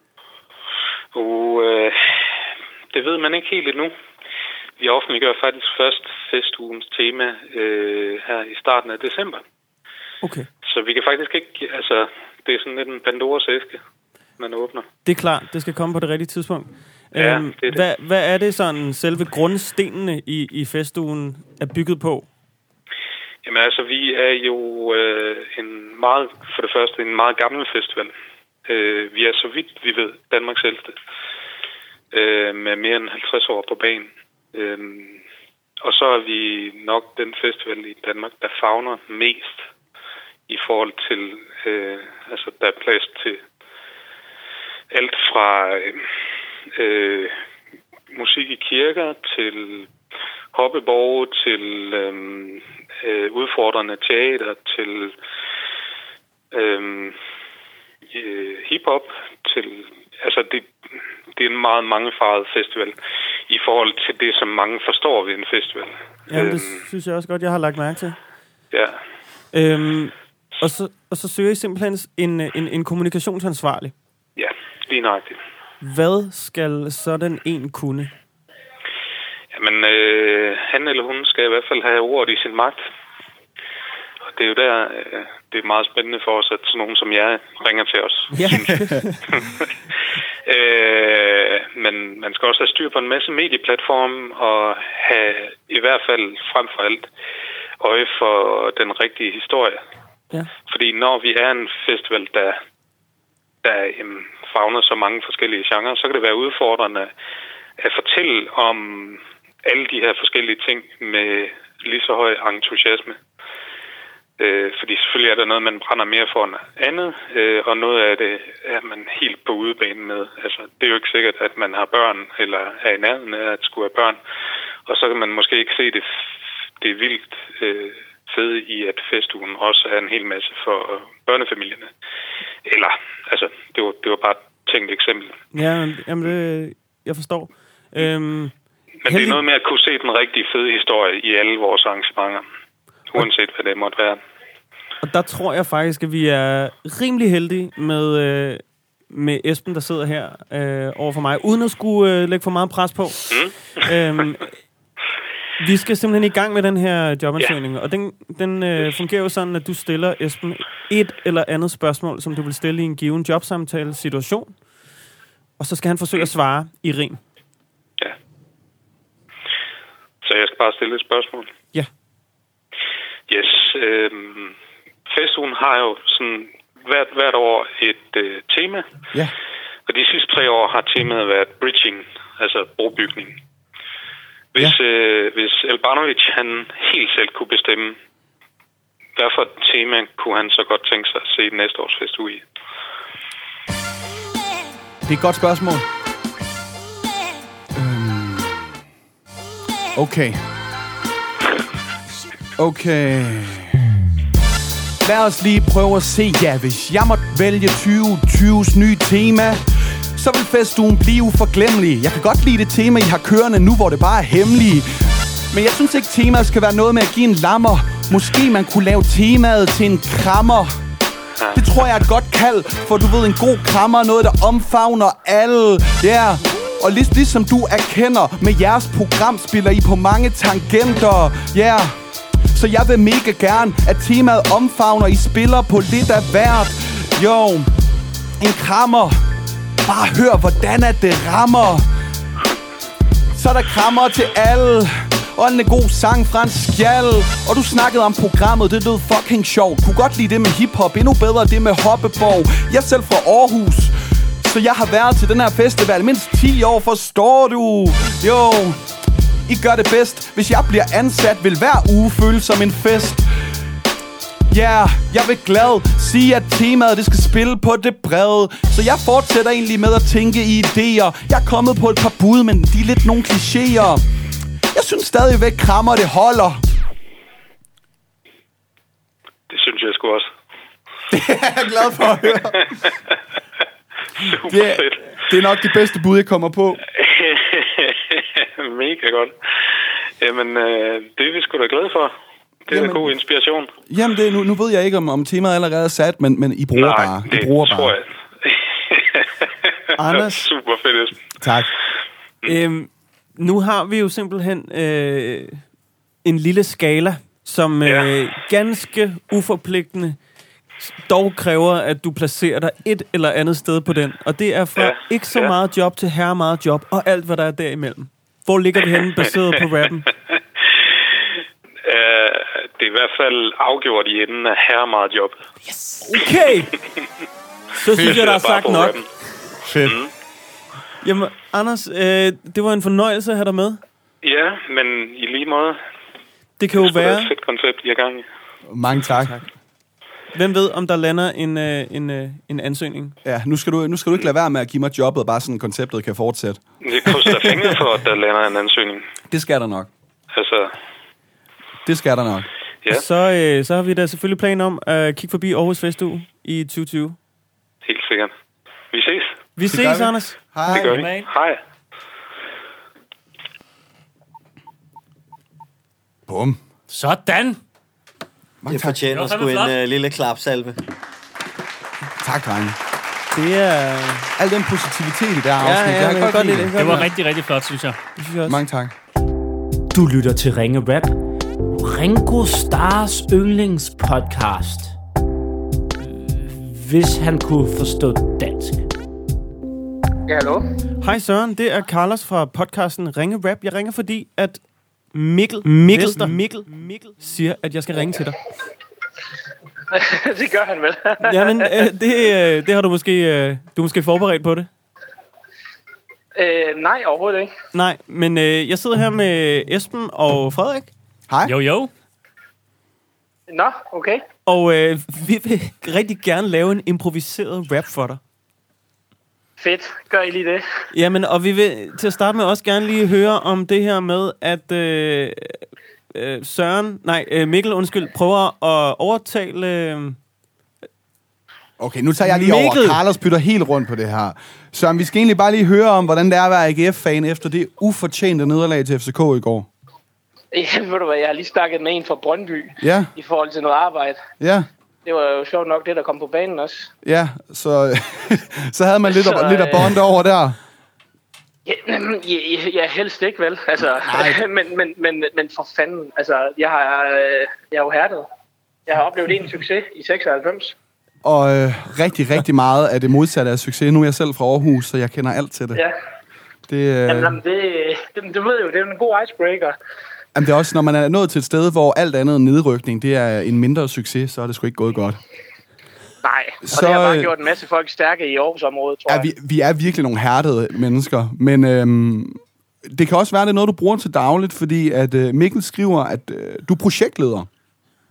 Og øh, det ved man ikke helt endnu. Vi offentliggør faktisk først festugens tema øh, her i starten af december. Okay. Så vi kan faktisk ikke, altså, det er sådan lidt en Pandoras æske, man åbner. Det er klart, det skal komme på det rigtige tidspunkt. Ja, øhm, det er det. Hvad, hvad er det sådan, selve grundstenene i, i festugen er bygget på? Jamen altså, vi er jo øh, en meget, for det første en meget gammel festival. Øh, vi er så vidt, vi ved, Danmarks ældste. Øh, med mere end halvtreds år på banen. Øh, og så er vi nok den festival i Danmark, der favner mest i forhold til, øh, altså der er plads til alt fra øh, øh, musik i kirker til hoppeborge, til øh, øh, udfordrende teater, til øh, øh, hiphop, til altså det, det er en meget mangefarvet festival i forhold til det, som mange forstår ved en festival. Jamen, det øhm, synes jeg også godt, jeg har lagt mærke til. Ja. Øhm, og, så, og så søger I simpelthen en, en, en kommunikationsansvarlig. Ja, lige nøjagtigt. Hvad skal sådan en kunne? Jamen, øh, han eller hun skal i hvert fald have ordet i sin magt. Og det er jo der, øh, det er meget spændende for os, at sådan nogen som jer ringer til os. Ja. øh, men man skal også have styr på en masse medieplatforme og have i hvert fald frem for alt øje for den rigtige historie. Ja. Fordi når vi er en festival, der, der jamen, favner så mange forskellige genrer, så kan det være udfordrende at fortælle om alle de her forskellige ting med lige så høj entusiasme. Øh, fordi selvfølgelig er der noget, man brænder mere for end andet, øh, og noget af det er man helt på udebanen med. Altså, det er jo ikke sikkert, at man har børn, eller er i nærheden af at skulle have børn. Og så kan man måske ikke se det, det vildt øh, fede i, at festugen også er en hel masse for øh, børnefamilierne. Eller, altså, det var, det var bare et tænkt eksempel. Ja, jamen det, jeg forstår. Øhm, Men heldig... det er noget med at kunne se den rigtige fede historie i alle vores arrangementer. Uanset hvad det måtte være. Og der tror jeg faktisk, at vi er rimelig heldige med, øh, med Esben, der sidder her øh, over for mig, uden at skulle øh, lægge for meget pres på. Mm. øhm, vi skal simpelthen i gang med den her jobansøgning, ja. Og den, den øh, fungerer jo sådan, at du stiller Esben et eller andet spørgsmål, som du vil stille i en given jobsamtale-situation, og så skal han forsøge at svare i rim. Ja. Så jeg skal bare stille et spørgsmål? Ja. Yes. Øh, festugen har jo sådan hvert, hvert år et øh, tema. Ja. Og de sidste tre år har temaet været bridging, altså brobygning. Hvis, ja. øh, hvis Elbanovic han helt selv kunne bestemme, hvad for et tema kunne han så godt tænke sig at se næste års festuge i? Det er et godt spørgsmål. Øhm. Okay. Okay. Lad os lige prøve at se, ja, hvis jeg måtte vælge tyve tyves nye tema, så vil festugen blive uforglemmelig. Jeg kan godt lide det tema, I har kørende nu, hvor det bare er hemmelige. Men jeg synes ikke, temaet skal være noget med at give en lammer. Måske man kunne lave temaet til en krammer. Det tror jeg er et godt kald, for du ved, en god krammer, noget der omfavner alle. Ja, yeah. Og lig- ligesom du erkender, med jeres program spiller I på mange tangenter. Ja, yeah. Så jeg vil mega gerne, at temaet omfavner, I spiller på lidt af hvert. Jo, en krammer. Bare hør, hvordan at det rammer. Så er der krammer til alle. Og en god sang fra en skjald. Og du snakkede om programmet, det lød fucking sjovt. Kunne godt lide det med hiphop, endnu bedre det med hoppeborg. Jeg er selv fra Aarhus, så jeg har været til den her festival mindst ti år, forstår du? Jo, I gør det bedst. Hvis jeg bliver ansat, vil hver uge føles som en fest. Ja, yeah, jeg vil glad sige, at temaet det skal spille på det brede. Så jeg fortsætter egentlig med at tænke i idéer. Jeg er kommet på et par bud, men de er lidt nogle klichéer. Jeg synes stadigvæk, krammer det holder. Det synes jeg sgu også. Det er jeg glad for at høre. Super det, er, fedt. Det er nok det bedste bud, jeg kommer på. Mega godt. Jamen, øh, det er vi sgu da glade for. Det er Jamen, en god inspiration. Jamen, det, nu, nu ved jeg ikke, om, om temaet allerede er sat, men, men I bruger Nej, bare. I det bruger tror bare. jeg. Anders. Super fedt. Tak. Øhm, nu har vi jo simpelthen øh, en lille skala, som øh, Ja. ganske uforpligtende dog kræver, at du placerer dig et eller andet sted på den. Og det er fra Ja. ikke så Ja. meget job til herre meget job, og alt, hvad der er derimellem. Hvor ligger vi henne, baseret på rappen? Uh, det er i hvert fald afgjort i enden af herre meget job. Okay! Så synes jeg, der er sagt nok. Fedt. Mm. Jamen, Anders, øh, det var en fornøjelse at have dig med. Ja, men i lige måde. Det kan jo Det er være... et fedt koncept, I er gang i. Mange tak. tak. Hvem ved, om der lander en, øh, en, øh, en ansøgning? Ja, nu skal, du, nu skal du ikke lade være med at give mig jobbet, bare sådan konceptet kan fortsætte. Det koster penge for, at der lander en ansøgning. Det skal der nok. Altså, Det skal der nok. ja, Så, øh, så har vi da selvfølgelig planer om at kigge forbi Aarhus Festuge i tyve tyve. helt sikkert. Vi ses. Vi Det gør ses, vi. Anders. Hej. Det gør vi. man. Hej. Bum. Sådan. Det fortjener Det var sgu en fandme flot. uh, lille klapsalve. Tak, drenge. Det er... Al den positivitet i det her Ja, afsnit. ja, jeg men kan godt lide lide det. det. Det var rigtig, rigtig flot, synes jeg. Det synes jeg også. Mange tak. Du lytter til Ringe Rap. Ringo Stars yndlingspodcast. Hvis han kunne forstå dansk. Ja, hallo? Hej Søren, det er Carlos fra podcasten Ringe Rap. Jeg ringer fordi, at Mikkel, Mikkel, Vester, Mikkel, Mikkel siger, at jeg skal ringe til dig. Det gør han vel. Jamen, øh, det, øh, det har du måske, øh, du er måske forberedt på det. øh, nej, overhovedet ikke. Nej, men øh, jeg sidder her med Esben og Frederik. Hej. Jo, jo. Nå, okay. Og øh, vi vil rigtig gerne lave en improviseret rap for dig. Fedt. Gør I lige det? Jamen, og vi vil til at starte med også gerne lige høre om det her med, at øh, øh, Søren, nej, øh, Mikkel, undskyld, prøver at overtale... Øh, Okay, nu tager jeg lige Mikkel. over. Carlos bytter helt rundt på det her. Så vi skal egentlig bare lige høre om, hvordan det er at være A G F-fan efter det ufortjente nederlag til F C K i går. Ja, ved du hvad, jeg har lige snakket med en fra Brøndby Ja, i forhold til noget arbejde. ja, Det var jo sjovt nok det, der kom på banen også. ja. Så, så havde man lidt, Så, at, lidt at øh, bonde over der. Ja, ja, ja, helst ikke vel. Altså, men, men, men, men for fanden, altså, jeg har, øh, jeg er jo hærdet. Jeg har oplevet en succes i seksoghalvfems. Og øh, rigtig, rigtig meget af det modsatte af succes. Nu er jeg selv fra Aarhus, så jeg kender alt til det. Ja, Det, øh, jamen, jamen, det, det, du ved jo, det er jo en god icebreaker. jamen, det er også, når man er nået til et sted, hvor alt andet end nedrykning, det er en mindre succes, så er det sgu ikke gået godt. Nej, og Så, det har bare øh, gjort en masse folk stærke i Aarhus-området, tror Ja, jeg. vi, vi er virkelig nogle hærdede mennesker, men øhm, det kan også være, det er noget, du bruger til dagligt, fordi at øh, Mikkel skriver, at øh, du er projektleder.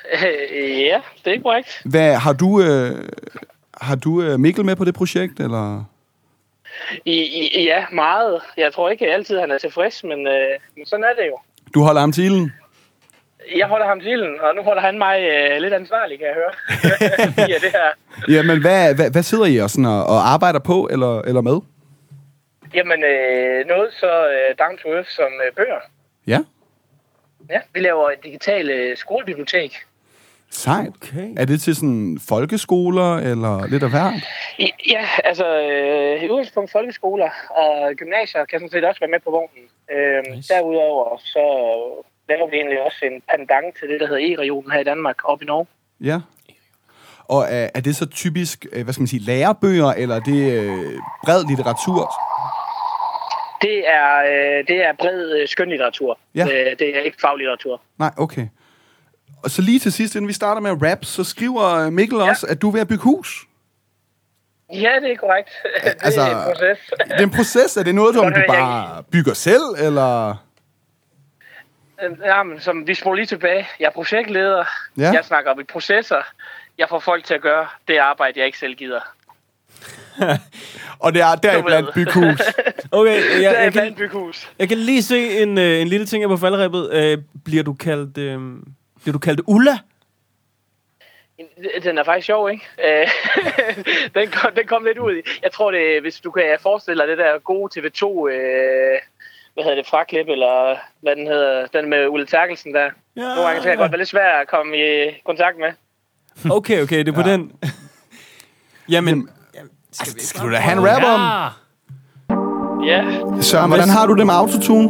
Øh, ja, det er korrekt. Hvad, har du, øh, har du øh, Mikkel med på det projekt, eller? I, i, ja, meget. Jeg tror ikke altid, han er tilfreds, men, øh, men sådan er det jo. Du holder ham til ilden? Jeg holder ham til ilden, og nu holder han mig øh, lidt ansvarlig, kan jeg høre. ja, det her. Jamen, hvad, hvad, hvad sidder I og, sådan og, og arbejder på, eller, eller med? Jamen, øh, noget så øh, down to earth som øh, bøger. Ja. Ja, vi laver et digitalt øh, skolebibliotek. Sejt. Okay. Er det til sådan folkeskoler, eller lidt af hvert? I, ja, altså øh, i udgangspunkt folkeskoler og gymnasier kan sådan set også være med på vognen. Øh, nice. Derudover så laver vi egentlig også en pendant til det, der hedder E-regionen her i Danmark, op i Norge. Ja. Og er, er det så typisk, hvad skal man sige, lærebøger, eller er det øh, bred litteratur? Det er, øh, det er bred øh, skønlitteratur. Ja. Øh, det er ikke faglitteratur. Nej, okay. Og så lige til sidst, inden vi starter med rap, så skriver Mikkel ja. også, at du er ved at bygge hus. Ja, det er korrekt. det altså, er en proces. det er en proces. Er det noget, som du bare bygger selv, eller? Jamen, som vi spoler lige tilbage. Jeg er projektleder. Ja. Jeg snakker om i processer. Jeg får folk til at gøre det arbejde, jeg ikke selv gider. Og det er deriblandt byghus. Okay, jeg, jeg, jeg, kan, byghus. jeg kan lige se en, øh, en lille ting her på falderæbet. Øh, bliver du kaldt øh, bliver du kaldt Ulla? Den er faktisk sjov, ikke? den, kom, den kom lidt ud. Jeg tror, det hvis du kan forestille dig det der gode T V to, øh, hvad hedder det, fraklip, eller hvad den hedder, den med Ulla Terkelsen der. Ja, Nogle gange kan jeg godt være lidt svært at komme i kontakt med. Okay, okay, det er på ja. den. Jamen, skal, vi skal du da have en rap om? Ja. Søren, hvordan har du det med autotune?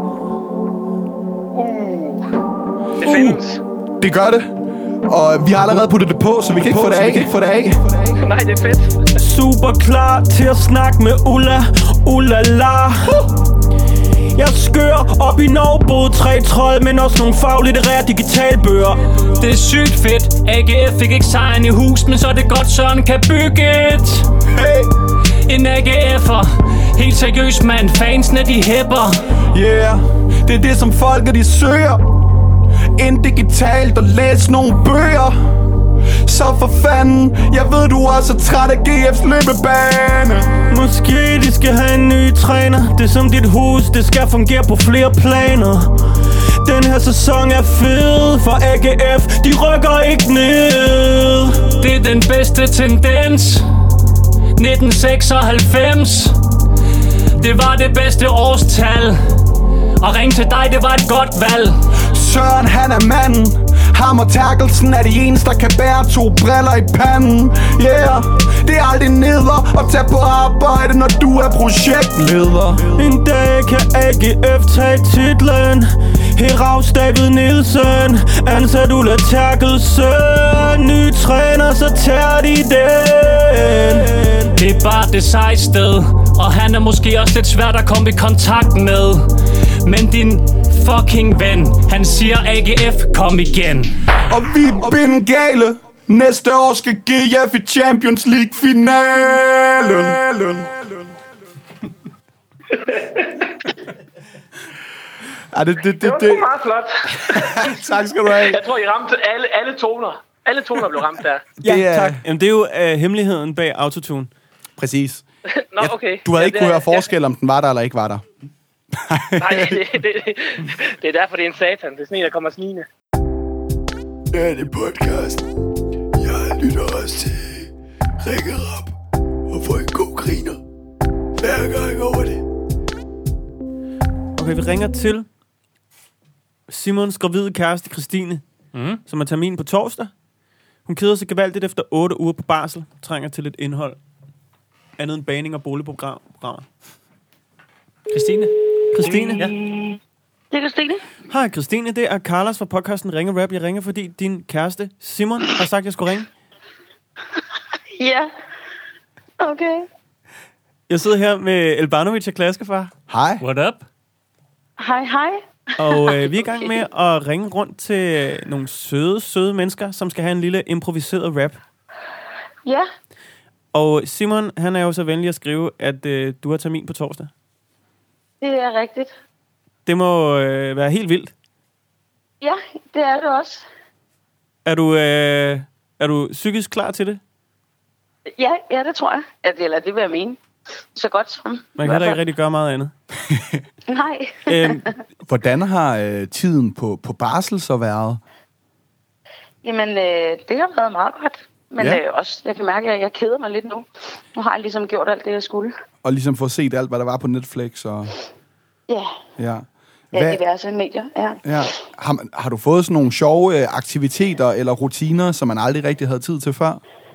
Uh, det findes. Uh, det gør det. Og vi har allerede puttet det på, så vi kan ikke få det af. Ikke få det af. Nej, det er fedt. Super klar til at snakke med Ulla. Ulla la. Jeg skør op i Norge, både tre trold, men også nogle faglitterære digitalbøger. Det er sygt fedt. A G F fik ikke sejren i hus, men så er det godt, Søren kan bygge et. Hey. En A G F'er. Helt seriøst, mand. Fansene, de hæpper. Yeah, det er det, som folket de søger. Ind digitalt og læs nogle bøger. Så for fanden, jeg ved du også er træt af G F's løbebane. Måske de skal have en ny træner. Det er som dit hus, det skal fungere på flere planer. Den her sæson er fed, for A G F, de rykker ikke ned. Det er den bedste tendens. nitten seksoghalvfems. Det var det bedste årstal. Og ring til dig, det var et godt valg. Søren, han er manden. Ham og Terkelsen er de eneste, der kan bære to briller i panden. Yeah, det er aldrig neder at tage på arbejde, når du er projektleder. En dag kan A G F tage titlen. Heraus David Nielsen, ansat Ulla Terkelsen. Ny træner, så tager de den. Det er bare det seje sted, og han er måske også lidt svært at komme i kontakt med. Men din fucking ven, han siger A G F, kom igen. Og vi er bindegale. Næste år skal G F i Champions League finalen. Ja, det, det, det, det var det. meget flot. Tak skal du have. Jeg tror, I ramte alle, alle toner. Alle toner blev ramt der. Ja, det er, tak. Jamen, det er jo uh, hemmeligheden bag autotune. Præcis. Nå, okay. Du havde ja, ikke kunnet høre forskel, om den var der eller ikke var der. Nej, det, det, det er derfor, det er en satan. Det er sådan en, der kommer snigende. Ja, det er podcast. Jeg lytter også til Ringe Rap og får en god griner hver gang over det. Okay, vi ringer til Simons gravide kæreste Christine, mm. som er termin på torsdag. Hun keder sig gevaldigt efter otte uger på barsel, trænger til lidt indhold. Andet end baning og boligprogrammer. Christine? Christine? Ja. Det er Christine. Hej Christine, det er Carlos fra podcasten Ringe Rap. Jeg ringer, fordi din kæreste Simon har sagt, at jeg skulle ringe. Ja. Okay. Jeg sidder her med Elbanovic og Klaskefar. Hej. What up? Hej, hej. Og øh, vi er i gang med at ringe rundt til nogle søde, søde mennesker, som skal have en lille improviseret rap. Ja. Og Simon, han er jo så venlig at skrive, at øh, du har termin på torsdag. Det er rigtigt. Det må øh, være helt vildt. Ja, det er det også. Er du, øh, er du psykisk klar til det? Ja, ja, det tror jeg. At, eller det vil jeg mene. Så godt som. Man kan heller ikke rigtig gøre meget andet. Nej. øhm, Hvordan har øh, tiden på, på barsel så været? Jamen, øh, det har været meget godt. Men Ja. øh, også, jeg kan mærke, at jeg keder mig lidt nu. Nu har jeg ligesom gjort alt det, jeg skulle. Og ligesom få set alt, hvad der var på Netflix og... Ja, Ja. ja Hvad, diverse medier. Ja. ja. Har, man- har du fået sådan nogle sjove øh, aktiviteter eller rutiner, som man aldrig rigtig havde tid til før?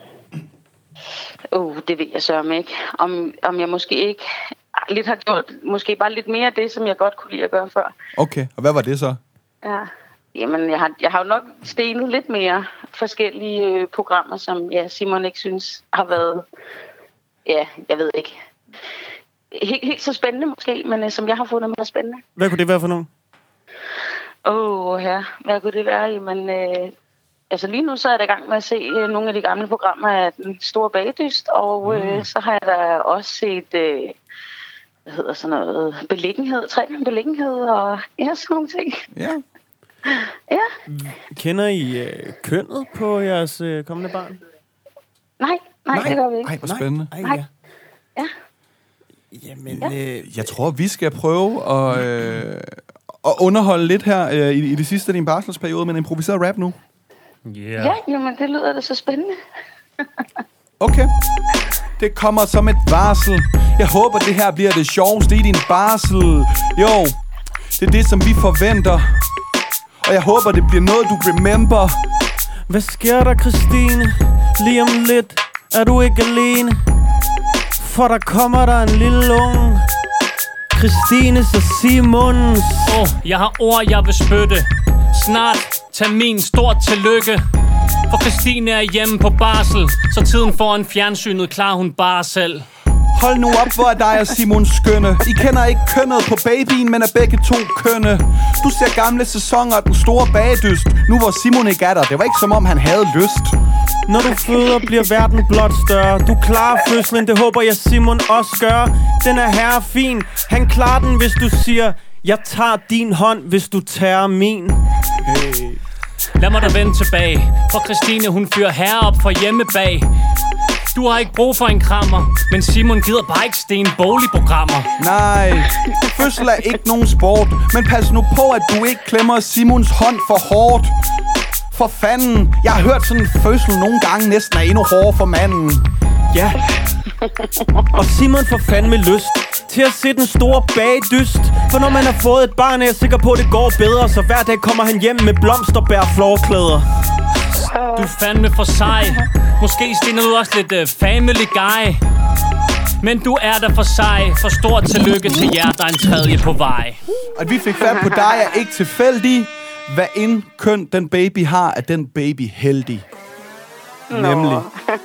Uh, det ved jeg sørme ikke. Om, om jeg måske ikke lidt har gjort, måske bare lidt mere af det, som jeg godt kunne lide at gøre før. Okay, og hvad var det så? Ja. Jamen, jeg har, jeg har jo nok stenet lidt mere forskellige øh, programmer, som ja, Simon ikke synes har været, ja, jeg ved ikke, helt, helt så spændende måske, men øh, som jeg har fundet meget spændende. hvad kunne det være for nogen? Åh, oh, ja, hvad kunne det være? Jamen, øh, altså lige nu så er jeg da i gang med at se øh, nogle af de gamle programmer af Den Store Bagdyst, og øh, mm. så har jeg da også set, øh, hvad hedder sådan noget, beliggenhed, træning beliggenhed, og ja, sådan nogle ting. Ja. Ja. Kender I øh, kønnet på jeres øh, kommende barn? Nej, nej, nej, det gør vi ikke. Ej, hvor spændende. Ej, Nej. ja. Ja. Jamen, Ja. øh, Jeg tror, vi skal prøve at, øh, at underholde lidt her øh, i, i det sidste af din barselsperiode med en improviseret rap nu. Yeah. Ja, jamen det lyder da så spændende. Okay. Det kommer som et varsel. Jeg håber, det her bliver det sjoveste i din barsel. Jo, det er det, som vi forventer. Og jeg håber, det bliver noget, du remember. hvad sker der, Christine? Lige om lidt er du ikke alene. For der kommer der en lille unge. Christines og Simons. Åh, oh, jeg har ord, jeg vil spytte. Snart termin, stort tillykke. For Christine er hjemme på barsel, så tiden foran fjernsynet klarer hun bare selv. Hold nu op, hvor er dig og Simon skønne. I kender ikke kønnet på babyen, men er begge to kønne. Du ser gamle sæsoner af Den Store Bagdyst. Nu hvor Simon ikke er der, det var ikke som om han havde lyst. Når du føder, bliver verden blot større. Du klarer fødslen, det håber jeg Simon også gør. Den er herre fin, han klarer den, hvis du siger jeg tager din hånd, hvis du tager min. Hey. Lad mig da vende tilbage, for Christine hun fyrer herre op for hjemme bag. Du har ikke brug for en krammer, men Simon gider bare ikke sten boligprogrammer. Nej, fødsel er ikke nogen sport. Men pas nu på, at du ikke klemmer Simons hånd for hårdt. For fanden, jeg har hørt sådan en fødsel nogle gange næsten er endnu hårdere for manden. Ja. Og Simon får fandme lyst til at se Den Store Bagdyst. For når man har fået et barn, er jeg sikker på, at det går bedre. Så hver dag kommer han hjem med blomsterbær florklæder. Du er fandme for sej. Måske stener du også lidt uh, family guy. Men du er der for sej. For stort tillykke til jer, der er en tredje på vej. At vi fik fat på dig er ikke tilfældig. Hvad end køn den baby har, er den baby heldig. Nå. Nemlig.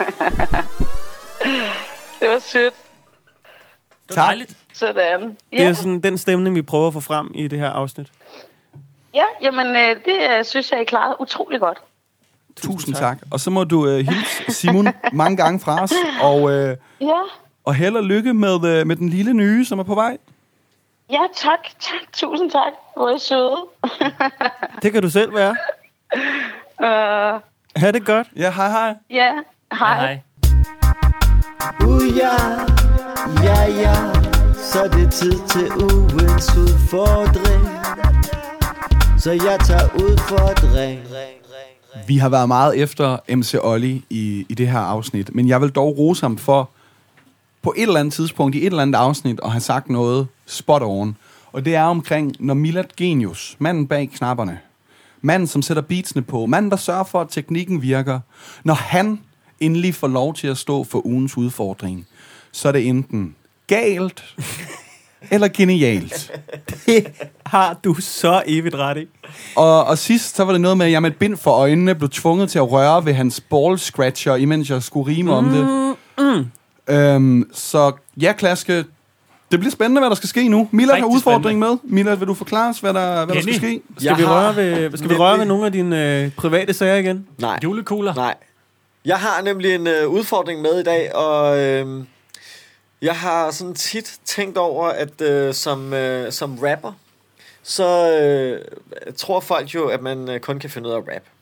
Det var sødt. Det var dejligt. Sådan. Det Ja, er sådan den stemning, vi prøver at få frem i det her afsnit. ja jamen øh, det øh, synes jeg, I klarede utrolig godt. Tusind tak. Og så må du øh, hilse Simon mange gange fra os. Og, øh, Ja, og held og lykke med, øh, med den lille nye, som er på vej. ja tak, tak, tusind tak. Hvor er I søde. Det kan du selv være. uh, Ha' det godt. Ja, hej hej. ja, hej. Hej, hej. Uh ja, ja ja, så er det tid til ugens udfordring. Så jeg tager udfordring. Vi har været meget efter M C Olli i, i det her afsnit, men jeg vil dog rose ham for på et eller andet tidspunkt i et eller andet afsnit at have sagt noget spot on. Og det er omkring, når Milad Genius, manden bag knapperne, manden som sætter beatsene på, manden der sørger for, at teknikken virker, når han endelig får lov til at stå for ugens udfordring, så er det enten galt eller genialt. Det har du så evigt ret i. Og, og sidst, så var det noget med, at jeg med et bind for øjnene blev tvunget til at røre ved hans ball scratcher, imens jeg skulle rime om det. Mm, mm. Øhm, så ja, Klaske, det bliver spændende, hvad der skal ske nu. Milad har Rigtig udfordring med. Milad, vil du forklare os, hvad der, hvad der skal ske? Skal, Jeg vi har røre, ved, skal vi røre ved nogle af dine øh, private sager igen? Nej. Julekugler. Nej. Jeg har nemlig en øh, udfordring med i dag, og øh, jeg har sådan tit tænkt over, at øh, som, øh, som rapper, så øh, tror folk jo, at man øh, kun kan finde ud af rap.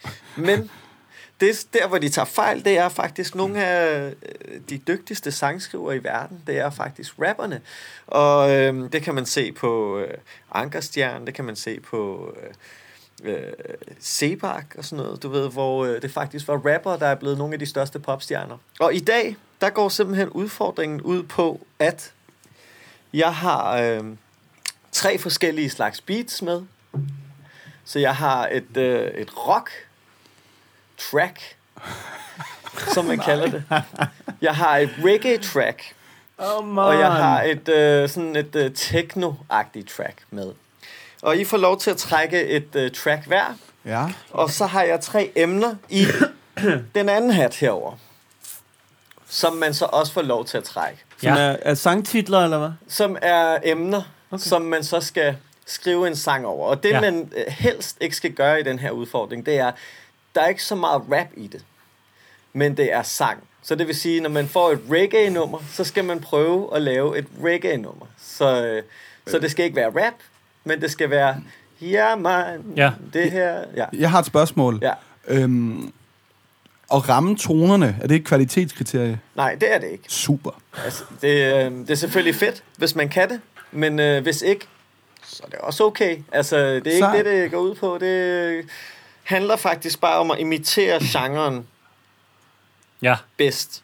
Men det, der, hvor de tager fejl, det er faktisk nogle af de dygtigste sangskrivere i verden. Det er faktisk rapperne. Og øh, det kan man se på øh, Ankerstjern, det kan man se på øh, øh, Sebak og sådan noget, du ved, hvor øh, det faktisk var rapper, der er blevet nogle af de største popstjerner. Og i dag, der går simpelthen udfordringen ud på, at jeg har øh, tre forskellige slags beats med. Så jeg har et, øh, et rock track, som man kalder det. Jeg har et reggae track, oh, og jeg har et øh, sådan et øh, techno-agtigt track med. Og I får lov til at trække et øh, track hver. Ja. Og så har jeg tre emner i den anden hat herover, som man så også får lov til at trække. Som ja. er, er sangtitler, eller hvad? Som er emner, okay. som man så skal skrive en sang over. Og det, ja. man helst ikke skal gøre i den her udfordring, det er, der er ikke så meget rap i det, men det er sang. Så det vil sige, når man får et reggae-nummer, så skal man prøve at lave et reggae-nummer. Så, øh, så det skal ikke være rap, men det skal være, ja man, ja. det her. Ja. Jeg har et spørgsmål. Ja. Øhm, at ramme tonerne, er det et kvalitetskriterie? Nej, det er det ikke. Super. Altså, det, øh, det er selvfølgelig fedt, hvis man kan det, men øh, hvis ikke, så er det også okay. Altså, det er ikke så... det, det går ud på. Det handler faktisk bare om at imitere genren ja. bedst.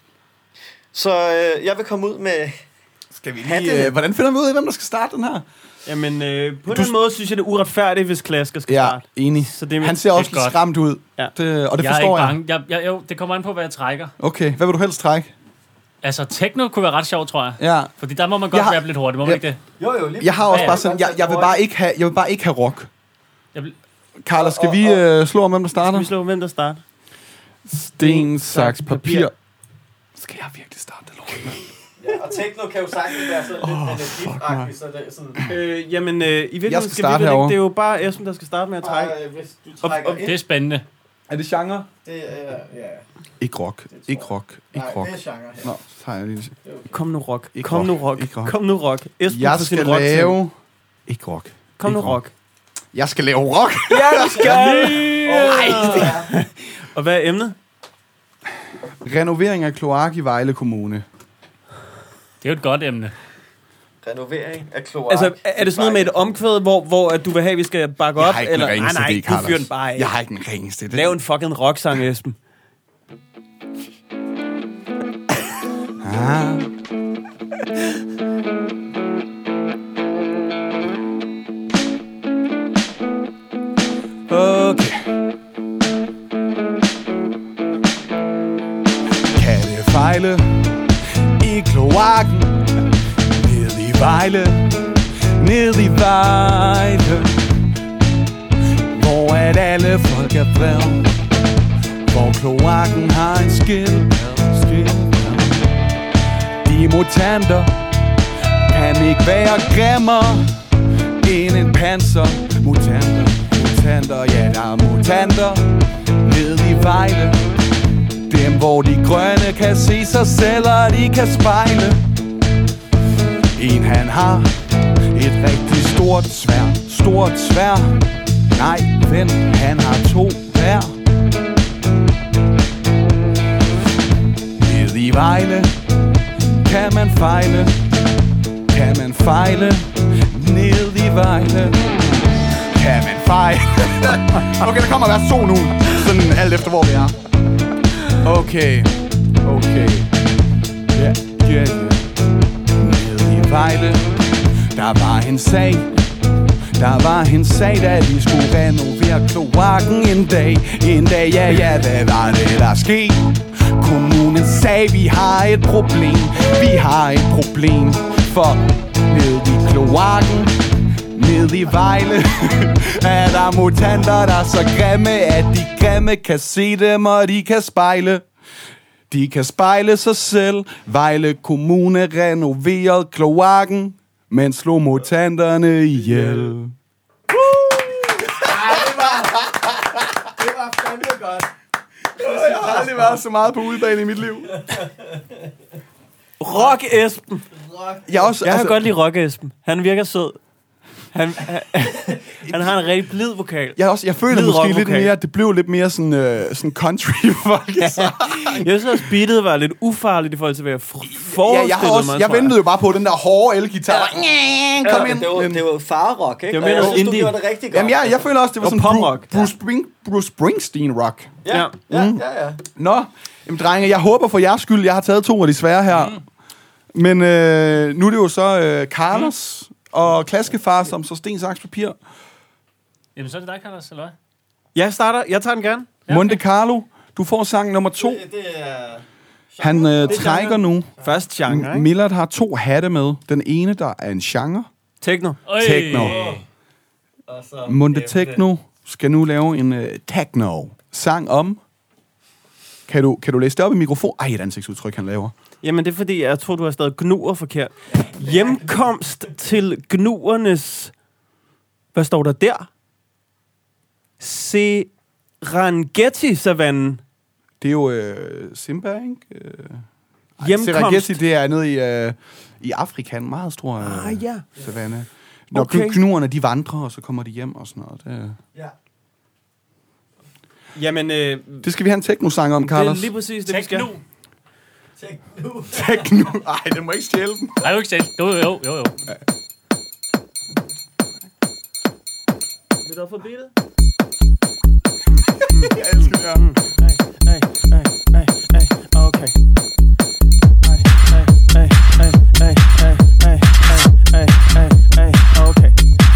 Så øh, jeg vil komme ud med... Skal vi lige... Øh, hvordan finder vi ud af, hvem der skal starte den her? Jamen, øh, på Du... den måde synes jeg, det er uretfærdigt, hvis Klasker skal ja, starte. enig. Så det er Han ser også lidt skræmt ud. Ja. Det, og det jeg forstår er jeg. jeg. jeg, jeg jo, det kommer an på, hvad jeg trækker. Okay, hvad vil du helst trække? Altså, techno kunne være ret sjovt, tror jeg. Ja. Fordi der må man godt har... rappe lidt hurtigt, må man ja. ikke det? Jo, jo, lige jeg har også ja, bare sådan... Jeg, jeg, vil bare ikke have, jeg vil bare ikke have rock. Jeg vil... Carla, skal vi øh, slå om, hvem der starter? Skal vi slå om, hvem der starter? Sten, saks, papir. Skal jeg virkelig starte det lort, mand? Ja, og techno kan jo sagtens være sådan oh, lidt energiagtigt, så det er sådan... Øh, jamen, øh, i virkeligheden skal, skal vi vel ikke. Det er jo bare Esben, der skal starte med at trække. Ej, hvis du trækker og, og, det er spændende. Er det genre? Det er, ja. Ikke rock. Ikke rock. Ikke rock. Nej, det er genre her. Nå, så tager jeg lige... Kom nu, rock. Ikke Kom rock. nu, rock. Ikke rock. Kom nu, rock. Esben jeg skal rock lave... Til. Ikke rock. Kom ikke nu, rock. Jeg skal lave rock. Ja, du skal! yeah. Og hvad er emnet? Renovering af kloak i Vejle Kommune. Det er jo et godt emne. Renovering af kloak. Altså, er det sådan noget med et omkvæd, hvor, hvor at du vil have, at vi skal bakke op? Jeg har ikke eller? den ringeste nej, nej, idé, du fyrer den bare af. Jeg har ikke den ringeste. Lav en fucking rocksang, Esben. Ah. Okay. Kan det fejle i kloakken? Ned i Vejle, ned i Vejle, hvor at alle folk er brev, hvor kloakken har en skildpadde, skildpadde. De mutanter kan ikke være grimmere end en panser. Mutanter, mutanter, ja der er mutanter ned i Vejle. Dem hvor de grønne kan se sig selv og de kan spejle. En han har et rigtig stort svær, stort svær. Nej, vent, han har to hver. Ned i Vejle kan man fejle, kan man fejle. Ned i Vejle kan man fejle. Okay, der kommer vers to nu. Sådan alt efter hvor vi er. Okay, okay. Ja, yeah, ja, yeah, ja. Yeah. Ned i Vejle, der var en sag. Der var en sag, da de skulle renovere kloakken en dag. En dag, ja, ja, hvad var det, der skete? Kommunen sagde, vi har et problem. Vi har et problem. For ned i kloakken, ned i Vejle, er der mutanter, der er så grimme, at de grimme kan se dem, og de kan spejle. De kan spejle sig selv. Vejle Kommune renoverede kloakken, men slog mutanterne ihjel. Ej, det var... Det var fandme godt. Jeg har aldrig været så meget på udebane i mit liv. Rock Esben. Rock. Jeg, også, jeg altså, kan godt lide Rock Esben. Han virker sød. Han, han, han har en rigtig blid vokal. Jeg, også, jeg føler Blid måske rockvokal. lidt mere, det blev lidt mere sådan, øh, sådan country folk. Jeg synes også, beatet var lidt ufarligt i forhold til, hvad jeg forestillede Ja, jeg, har også, mig, jeg tror ventede jo bare på den der hårde elgitar. Ja. Kom ind. Det var, det var farrock, ikke? Det var Og jeg mere synes, du indie. gjorde det rigtig godt. Jamen, jeg, jeg føler også, det var Og sådan pop-rock. Bruce, Bruce, Spring, Bruce Springsteen rock. Ja, ja, ja, ja. Nå, jamen, drenge, jeg håber for jeres skyld, jeg har taget to af de svære her. Mm. Men øh, nu er det jo så øh, Carlos mm. og Klaskefar, som så sten, saks, papir. Jamen, så er det dig, Carlos, eller hvad? Jeg starter. Jeg tager den gerne. Ja, Monte okay. Carlo, du får sang nummer to. Det, det er... Han øh, trækker genre. nu. Først genre, ikke? Millard har to hatte med. Den ene, der er en genre. Techno. Øj. Techno. Og så... Monte Techno skal nu lave en øh, techno-sang om... Kan du, kan du læse det op i mikrofon? Ej, et ansigtsudtryk, han laver. Jamen, det er fordi, jeg tror, du har stadig gnuer forkert. Hjemkomst til gnuernes... Hvad står der der? Serengeti-savannen. Det er jo øh, Simba, ikke? Øh, ej, Hjemkomst. Serengeti, det er nede i, øh, i Afrika. En meget stor øh, Ah, ja. savanne. Når Okay. okay. knuerne, de vandrer, og så kommer de hjem og sådan noget. Det, Ja. Jamen, øh, det skal vi have en techno-sang om, det er Carlos. lige præcis det, vi skal. Techno. Techno. Ej, den må ikke stjæle den. Nej, du ikke selv. Jo, jo, jo, jo. Lidt op for beatet? Jeg elsker det her. Ej, ej, ej, ej, ej, okay. Ej, ej, ej, ej, ej, ej, ej, ej, ej, ej, okay.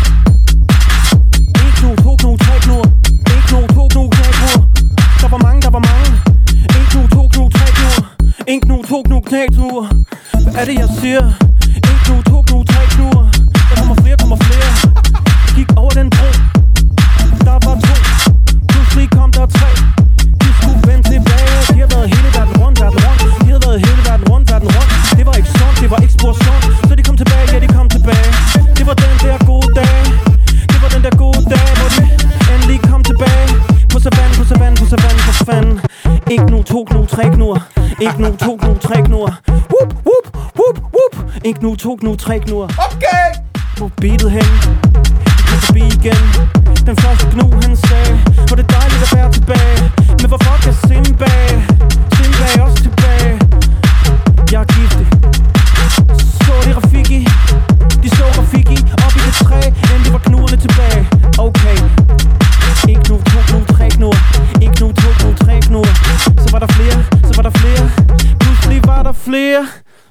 En knu, to knu, tre knuer. En knu, to knu, tre knuer. Der var mange, der var mange. En knu, to knu, tre knuer. En knu, to knu, tre knuer. Hvad er det, jeg siger? En knu, to knu, tre knuer. Der kommer flere, kommer flere. Gik over den bro. Der var to. Pludselig kom der tre. De skulle vende tilbage. De har været hele verden rundt, verden rundt. De har været hele verden rundt, verden rundt. Det var ikke sundt, det var ikke spor sundt. Så de kom tilbage, ja, de kom tilbage. Det var den der gode dag. Det var den der gode dag, hvor de endelig kom tilbage. På savannen, på savannen, på savannen, for fanden. En knu, to knu, tre knuer. En knu, to knu, tre knuer. Whoop, whoop, whoop, whoop. En knu, to knu, tre knuer. Okay! Hvor beatet hen? De kom forbi igen. Den første gnu, han sagde, hvor det dejligt at være tilbage. Men hvorfor kan Simba, Simba er også tilbage? Jeg er giftig. Så de Rafiki, de så Rafiki op i det træ, endelig var knuerne tilbage. Okay. En knu, to knu, tre knuer. En knu, to knu, tre knuer. Så var der flere, så var der flere. Pludselig var der flere.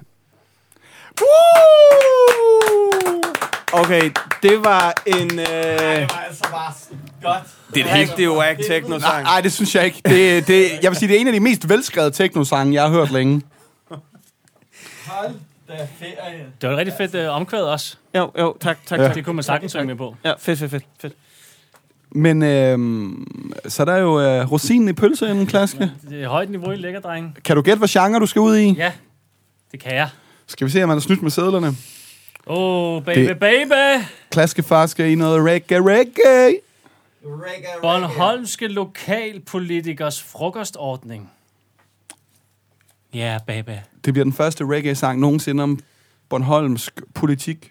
Okay, det var en... Øh, Det var altså bare godt. det er en rigtig whack techno-sang. Nej, det synes jeg ikke. Det, det, jeg vil sige, det er en af de mest velskrevede techno-sange, jeg har hørt længe. Hold da ferie. Det var et rigtig fedt øh, omkvæd også. Jo, jo, tak, tak, Ja. tak. Det kunne man sagtens synge med på. Ja, fedt, fedt, fedt. fedt. Men øhm, så er der jo øh, rosinen i pølseenden, Klaske. Det er højt niveau i lækker, dreng. Kan du gætte, hvad genre du skal ud i? Ja, det kan jeg. Skal vi se, om man har snydt med sædlerne? Åh, oh, baby, Det- baby! Klaskefar skal i noget reggae, reggae. Reggae, Bornholmske lokalpolitikers frokostordning. Ja, yeah, baby. Det bliver den første reggae-sang nogensinde om Bornholmsk politik.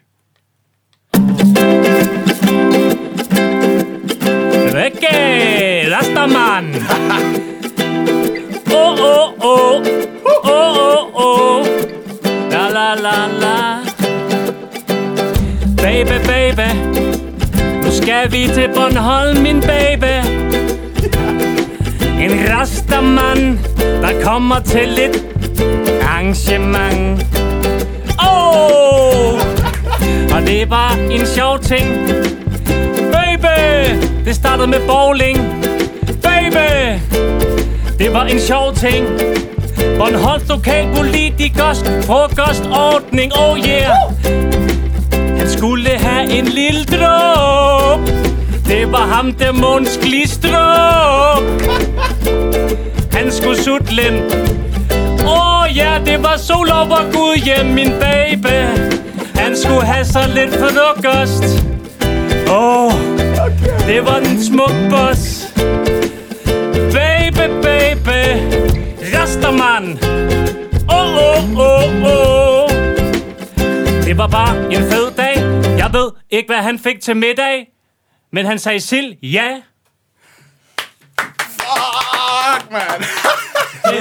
Reggae, Rastaman! Åh, åh, åh! Åh, åh, åh! La, la, la, la! Baby, baby! Nu skal vi til Bornholm, min baby! En rastaman, der kommer til lidt arrangement. Åh! Og det var en sjov ting. Baby! Det startede med bowling. Baby! Det var en sjov ting. Bornholms lokalpolitikers frokostordning. Oh yeah! Han skulle have en lille dråb. Det var ham, der Måns Glistrup. Han skulle sutlen. Åh oh, ja, det var sol over Gud hjem, min baby. Han skulle have så lidt frokost. Åh, oh, det var den smuk boss. Baby, baby, Rasterman. Åh, åh, åh, åh. Det var bare en fed dag. Jeg Jeg ved ikke, hvad han fik til middag, men han sagde sild, ja. Fuck, man. Ej,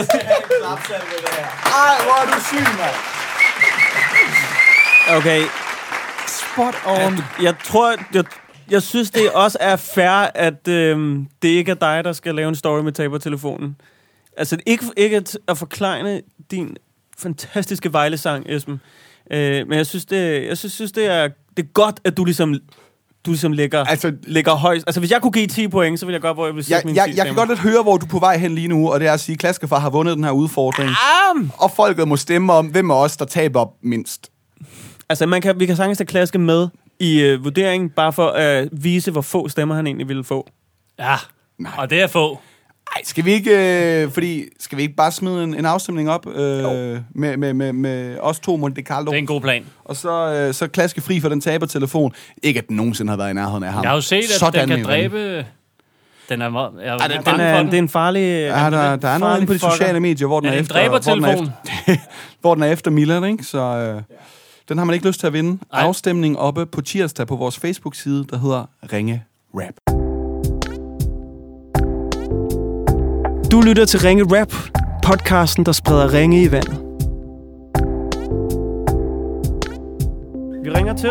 hvor er du syg, mand. Okay. Spot on. Jeg, jeg tror, jeg, jeg synes, det også er fair, at øhm, det ikke er dig, der skal lave en story med tabertelefonen. Altså, ikke, ikke at, at forklejne din fantastiske Vejle-sang, Esben. Øh, men jeg synes, det, jeg synes, synes det, er, det er godt, at du ligesom... Du ligesom ligger, altså, ligger højst. Altså, hvis jeg kunne give ti point, så ville jeg godt, hvor jeg ville sige jeg, jeg, jeg kan godt lidt høre, hvor du er på vej hen lige nu, og det er at sige, at Klaskerfar har vundet den her udfordring. Um. Og folket må stemme om, hvem af os, der taber mindst. Altså, man kan, vi kan sagtens tage Klaske med i øh, vurderingen, bare for at øh, vise, hvor få stemmer han egentlig ville få. Ja, nej. Og det er få. Ej, skal vi ikke, øh, fordi, skal vi ikke bare smide en, en afstemning op øh, med, med, med, med os to Monte Carlo? Det er en god plan. Og så, øh, så Klaske fri for den tabertelefon. Ikke at den nogensinde har været i nærheden af ham. Jeg har jo set, at Sådan den kan dræbe... Den er meget... Jeg er Ej, den, den er, det er en farlig... Ja, der, der er noget inde på de sociale medier, hvor den er, er efter... Hvor den er efter, hvor den er efter Milan, ikke? Så øh, den har man ikke lyst til at vinde. Ej. Afstemning oppe på tirsdag på vores Facebook-side, der hedder Ringe Rap. Du lytter til Ringe Rap, podcasten, der spreder ringe i vandet. Vi ringer til.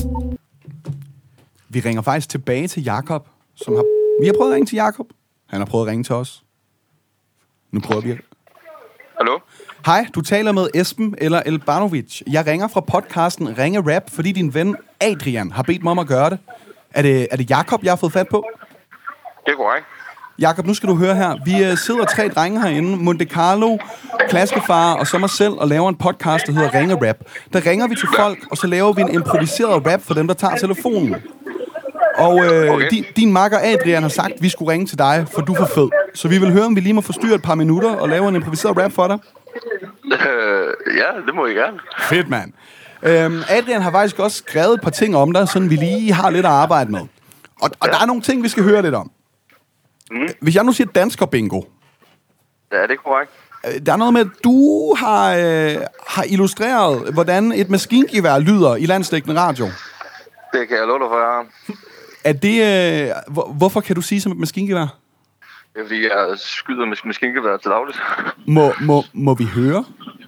Vi ringer faktisk tilbage til Jakob, som har... Vi har prøvet at ringe til Jakob. Han har prøvet at ringe til os. Nu prøver vi. Hallo? Hej, du taler med Esben eller Elbanovic. Jeg ringer fra podcasten Ringe Rap, fordi din ven Adrian har bedt mig om at gøre det. Er det, er det Jakob, jeg har fået fat på? Det er korrekt. Jakob, nu skal du høre her. Vi uh, sidder tre drenge herinde, Monte Carlo, Klaskefar og så mig selv, og laver en podcast, der hedder Ringe Rap. Der ringer vi til folk, og så laver vi en improviseret rap for dem, der tager telefonen. Og øh, okay. din, din makker Adrian har sagt, at vi skulle ringe til dig, for du er for fed. Så vi vil høre, om vi lige må forstyrre et par minutter og lave en improviseret rap for dig. Øh, ja, det må I gerne. Fedt, mand. Øhm, Adrian har faktisk også skrevet et par ting om dig, sådan vi lige har lidt at arbejde med. Og, og ja. Der er nogle ting, vi skal høre lidt om. Mm. Hvis jeg nu siger dansker bingo. Ja, det er korrekt. Der er noget med, at du har, øh, har illustreret, hvordan et maskingevær lyder i landsdækkende radio. Det kan jeg love dig for, jeg har. Er det, øh, hvor, hvorfor kan du sige som et maskingevær? Det er, fordi jeg skyder med maskingevær til dagligt. Må, må, må vi høre?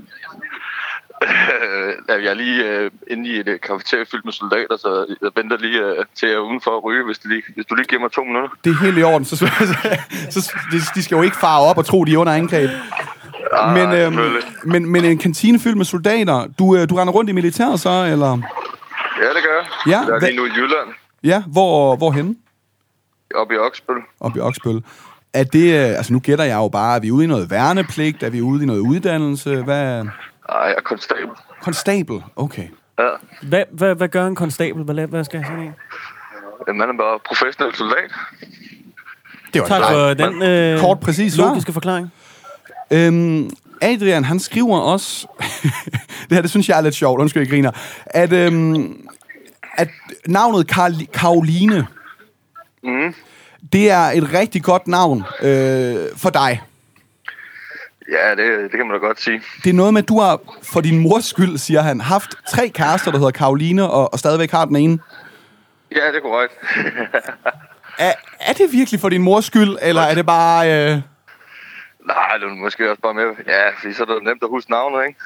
Jeg er lige øh, inde i et kafeteria fyldt med soldater, så jeg venter lige øh, til jeg er udenfor at ryge, hvis, lige, hvis du lige giver mig to minutter. Det er helt i orden. Så, så, så, de skal jo ikke fare op og tro, de er under angreb. Ah, men, øhm, men, men en kantine fyldt med soldater. Du, du render rundt i militæret så, eller? Ja, det gør jeg. Ja, jeg er lige nu i Jylland. Ja, hvor, hvorhenne? Oppe i Oksbøl. Oppe i Oksbøl. Er det, altså nu gætter jeg jo bare, er vi ude i noget værnepligt? Er vi ude i noget uddannelse? Hvad? Nej, jeg er konstabel. Konstabel, okay. Ja. Hvad, hvad, hvad gør en konstabel? Hvad, hvad skal sådan en? Jamen, han er bare professionel soldat. Det var tak for den øh, kort, præcis logiske forklaring. Øhm, Adrian, han skriver også... det her, det synes jeg er lidt sjovt, undskyld, jeg griner. At, øhm, at navnet Karl- Karoline, mm. det er et rigtig godt navn øh, for dig. Ja, det, det kan man da godt sige. Det er noget med, at du har, for din mors skyld, siger han, haft tre kærester, der hedder Karoline, og, og stadigvæk har den ene. Ja, det er korrekt. er, er det virkelig for din mors skyld, eller er det bare... Øh... Nej, det er måske også bare med. Ja, fordi så er det nemt at huske navnet, ikke?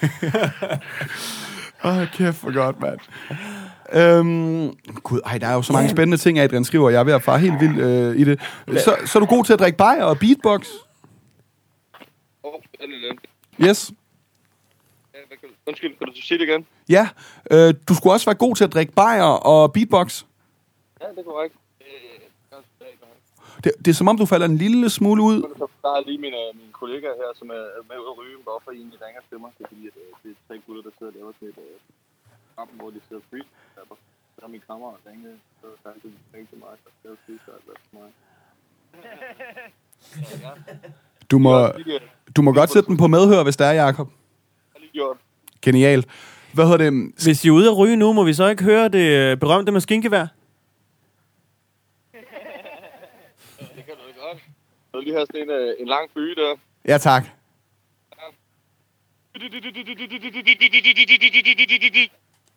Åh, oh, kæft for godt, mand. Øhm, Gud, ej, der er jo så mange spændende ting, Adrian skriver. Jeg er ved at fare helt vildt øh, i det. Så, så er du god til at drikke bajer og beatbox? Åh, oh, lidt. Yes. Ja, undskyld, kan du sige det igen? Ja, øh, du skulle også være god til at drikke bajer og beatbox. Ja, det er korrekt. Det, det er som om, du falder en lille smule ud. Der er lige mine, mine kollegaer her, som er med ude at ryge, hvorfor I egentlig ringer til mig. Det er fordi, at det er tre gutter, der sidder og laver til et kampen, hvor de sidder free. Så er min kammerat ringet, så der er ikke ringe til mig, der skal free, så er det til mig. Du må, du må godt sætte den på medhør, hvis det er, Jakob. Jeg har lige gjort. Genialt. Hvad hedder det? Hvis I er ude at ryge nu, må vi så ikke høre det berømte maskingevær? Jeg vil lige have sådan en, en lang byge der. Ja, tak.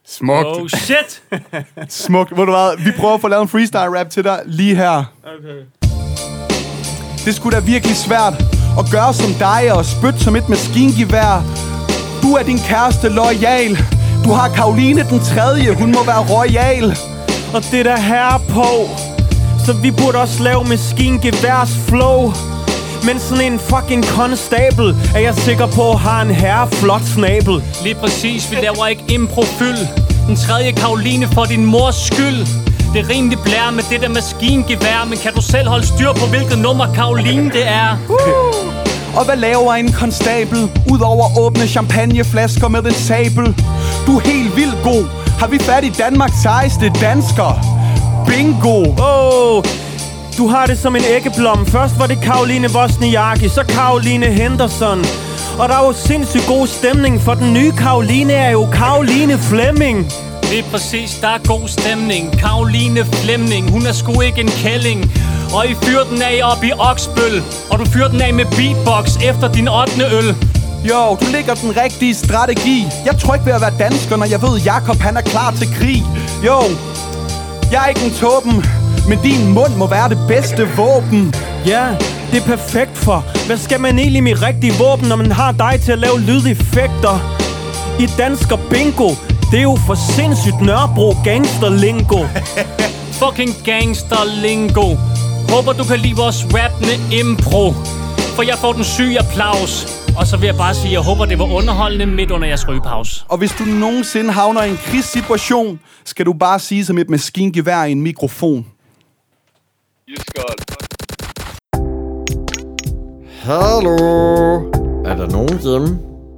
Smukt. Oh shit! Smukt. Ved du hvad? Vi prøver at få lavet en freestyle rap til dig lige her. Okay. Det skulle da virkelig svært at gøre som dig og spytte som et maskingevær. Du er din kæreste loyal. Du har Karoline den tredje. Hun må være royal. Og det der her på, så vi burde også lave maskingeværs flow. Men sådan en fucking konstabel er jeg sikker på har en herre flot snabel. Lige præcis, vi laver ikke improfyld. Den tredje Karoline for din mors skyld. Det er rimelig blær med det der maskingevær. Men kan du selv holde styr på hvilket nummer Karoline det er? Uh! Og hvad laver en konstabel? Udover at åbne champagneflasker med en sabel. Du er helt vildt god. Har vi fat i Danmarks sejeste dansker? Bingo! Oh, du har det som en æggeblom. Først var det Caroline Wozniacki, så Caroline Henderson. Og der er jo sindssygt god stemning, for den nye Caroline er jo Caroline Flemming. Det er præcis, der er god stemning. Caroline Flemming, hun er sgu ikke en kælling. Og I fyrer den af op i Oksbøl. Og du fyrer den af med beatbox efter din ottende øl. Jo, du ligger den rigtige strategi. Jeg tror ikke ved at være dansker, når jeg ved, Jakob han er klar til krig. Jo, jeg er ikke en tåben, men din mund må være det bedste våben. Ja, det er perfekt for. Hvad skal man egentlig med rigtige våben, når man har dig til at lave lydeffekter? I dansker bingo, det er jo for sindssygt Nørrebro gangsterlingo. Fucking gangsterlingo. Håber du kan lide vores rappende impro. For jeg får den syge applaus. Og så vil jeg bare sige, at jeg håber, det var underholdende midt under jeres rygepause. Og hvis du nogensinde havner i en krigssituation, skal du bare sige som et maskingevær i en mikrofon. Yes, God. Hallo? Er der nogen hjemme?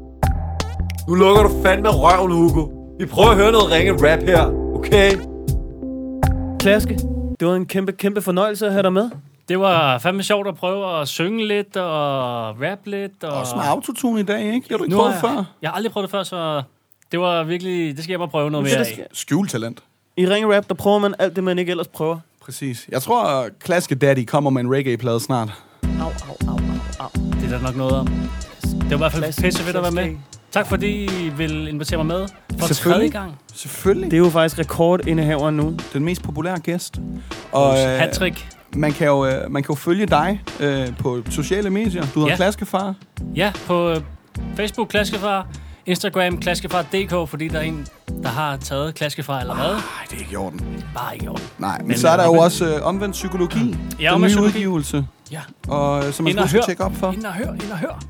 Nu lukker du fandme røven, Hugo. Vi prøver at høre noget ringe rap her, okay? Klaske, det var en kæmpe, kæmpe fornøjelse at have dig med. Det var fandme sjovt at prøve at synge lidt og rap lidt. Og også med autotune i dag, ikke? Det har du ikke nu prøvet jeg, før. Jeg har aldrig prøvet det før, så det var virkelig... Det skal jeg bare prøve noget mere af. Skjultalent. I ringe rap, der prøver man alt det, man ikke ellers prøver. Præcis. Jeg tror, at Klaske Daddy kommer med en reggae-plade snart. Au, au, au, au, au. Det er der nok noget om. Det var i hvert fald pisse fedt at være med. Tak fordi I vil invitere mig med for tredje gang. Selvfølgelig. Det er jo faktisk rekordindehaveren nu. Den mest populære gæst. Og øh, hattrick. Man kan jo, øh, man kan jo følge dig øh, på sociale medier. Du hedder ja. Klaskefar. Ja, på øh, Facebook Klaskefar, Instagram Klaskefar punktum d k, fordi der er en, der har taget Klaskefar allerede. Nej, det er ikke i orden. Bare ikke i orden. Nej, men, men så er der jo også øh, omvendt psykologi. Ja, den nye psykologi. udgivelse. Ja. Og, øh, som man skal huske at tjekke op for. Ind og hør, ind og hør.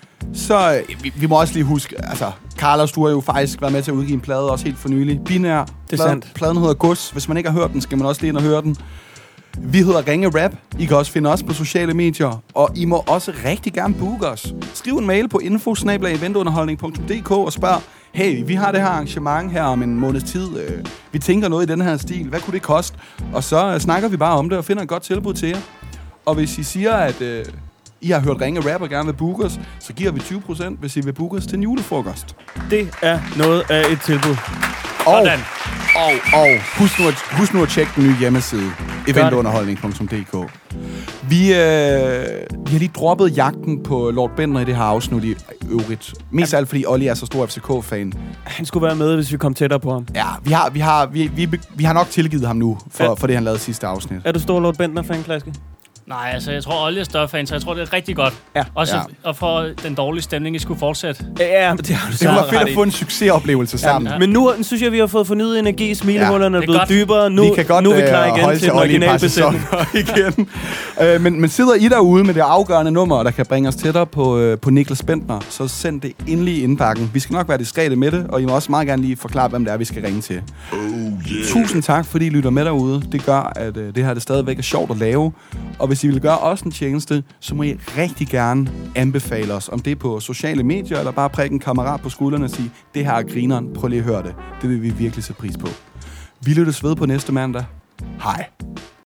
Så øh, vi, vi må også lige huske, altså, Carlos, du har jo faktisk været med til at udgive en plade, også helt for nylig. Binær. Det er sandt. Pladen hedder Gods. Hvis man ikke har hørt den, skal man også lige ind og høre den. Vi hedder Ringe Rap. I kan også finde os på sociale medier. Og I må også rigtig gerne booke os. Skriv en mail på info snabel-a eventunderholdning punktum d k og spørg, hey, vi har det her arrangement her om en måneds tid. Vi tænker noget i den her stil. Hvad kunne det koste? Og så snakker vi bare om det og finder et godt tilbud til jer. Og hvis I siger, at øh, I har hørt Ringe Rap og gerne vil booke os, så giver vi tyve procent, hvis I vil booke os til en julefrokost. Det er noget af et tilbud. Og, og, og husk, nu at, husk nu at tjekke den nye hjemmeside, eventunderholdning punktum d k. Vi, øh, vi har lige droppet jagten på Lord Bender i det her afsnit i øvrigt. Mest alt fordi Olli er så stor F C K-fan. Han skulle være med, hvis vi kom tættere på ham. Ja, vi har, vi har, vi, vi, vi har nok tilgivet ham nu, for, ja. for det han lavede sidste afsnit. Er du stor Lord Bender-fan, Klaske? Nej, altså jeg tror, Olli er større fan, så jeg tror, det er rigtig godt. Ja. Også ja. og for den dårlige stemning, I skulle fortsætte. Ja, det har du Det var fedt at få en succesoplevelse sammen. Ja. Men nu synes jeg, vi har fået fornyet energi. Smilehullerne ja, er blevet godt. dybere. Nu, vi kan godt, nu er vi klar igen til til den originale besætning. igen. uh, men, men sidder I derude med det afgørende nummer, der kan bringe os tættere på, uh, på Niklas Bentner, så send det endelig i indbakken. Vi skal nok være diskrete med det, og I må også meget gerne lige forklare, hvem det er, vi skal ringe til. Oh, yeah. Tusind tak, fordi I lytter med derude. Det gør, at uh, det her det stadigvæk er sjovt at lave. Og hvis I vil gøre os en tjeneste, så må I rigtig gerne anbefale os, om det er på sociale medier, eller bare prikke en kammerat på skuldrene og sige, det her er grineren, prøv lige at høre det. Det vil vi virkelig sætte pris på. Vi lyttes ved på næste mandag. Hej.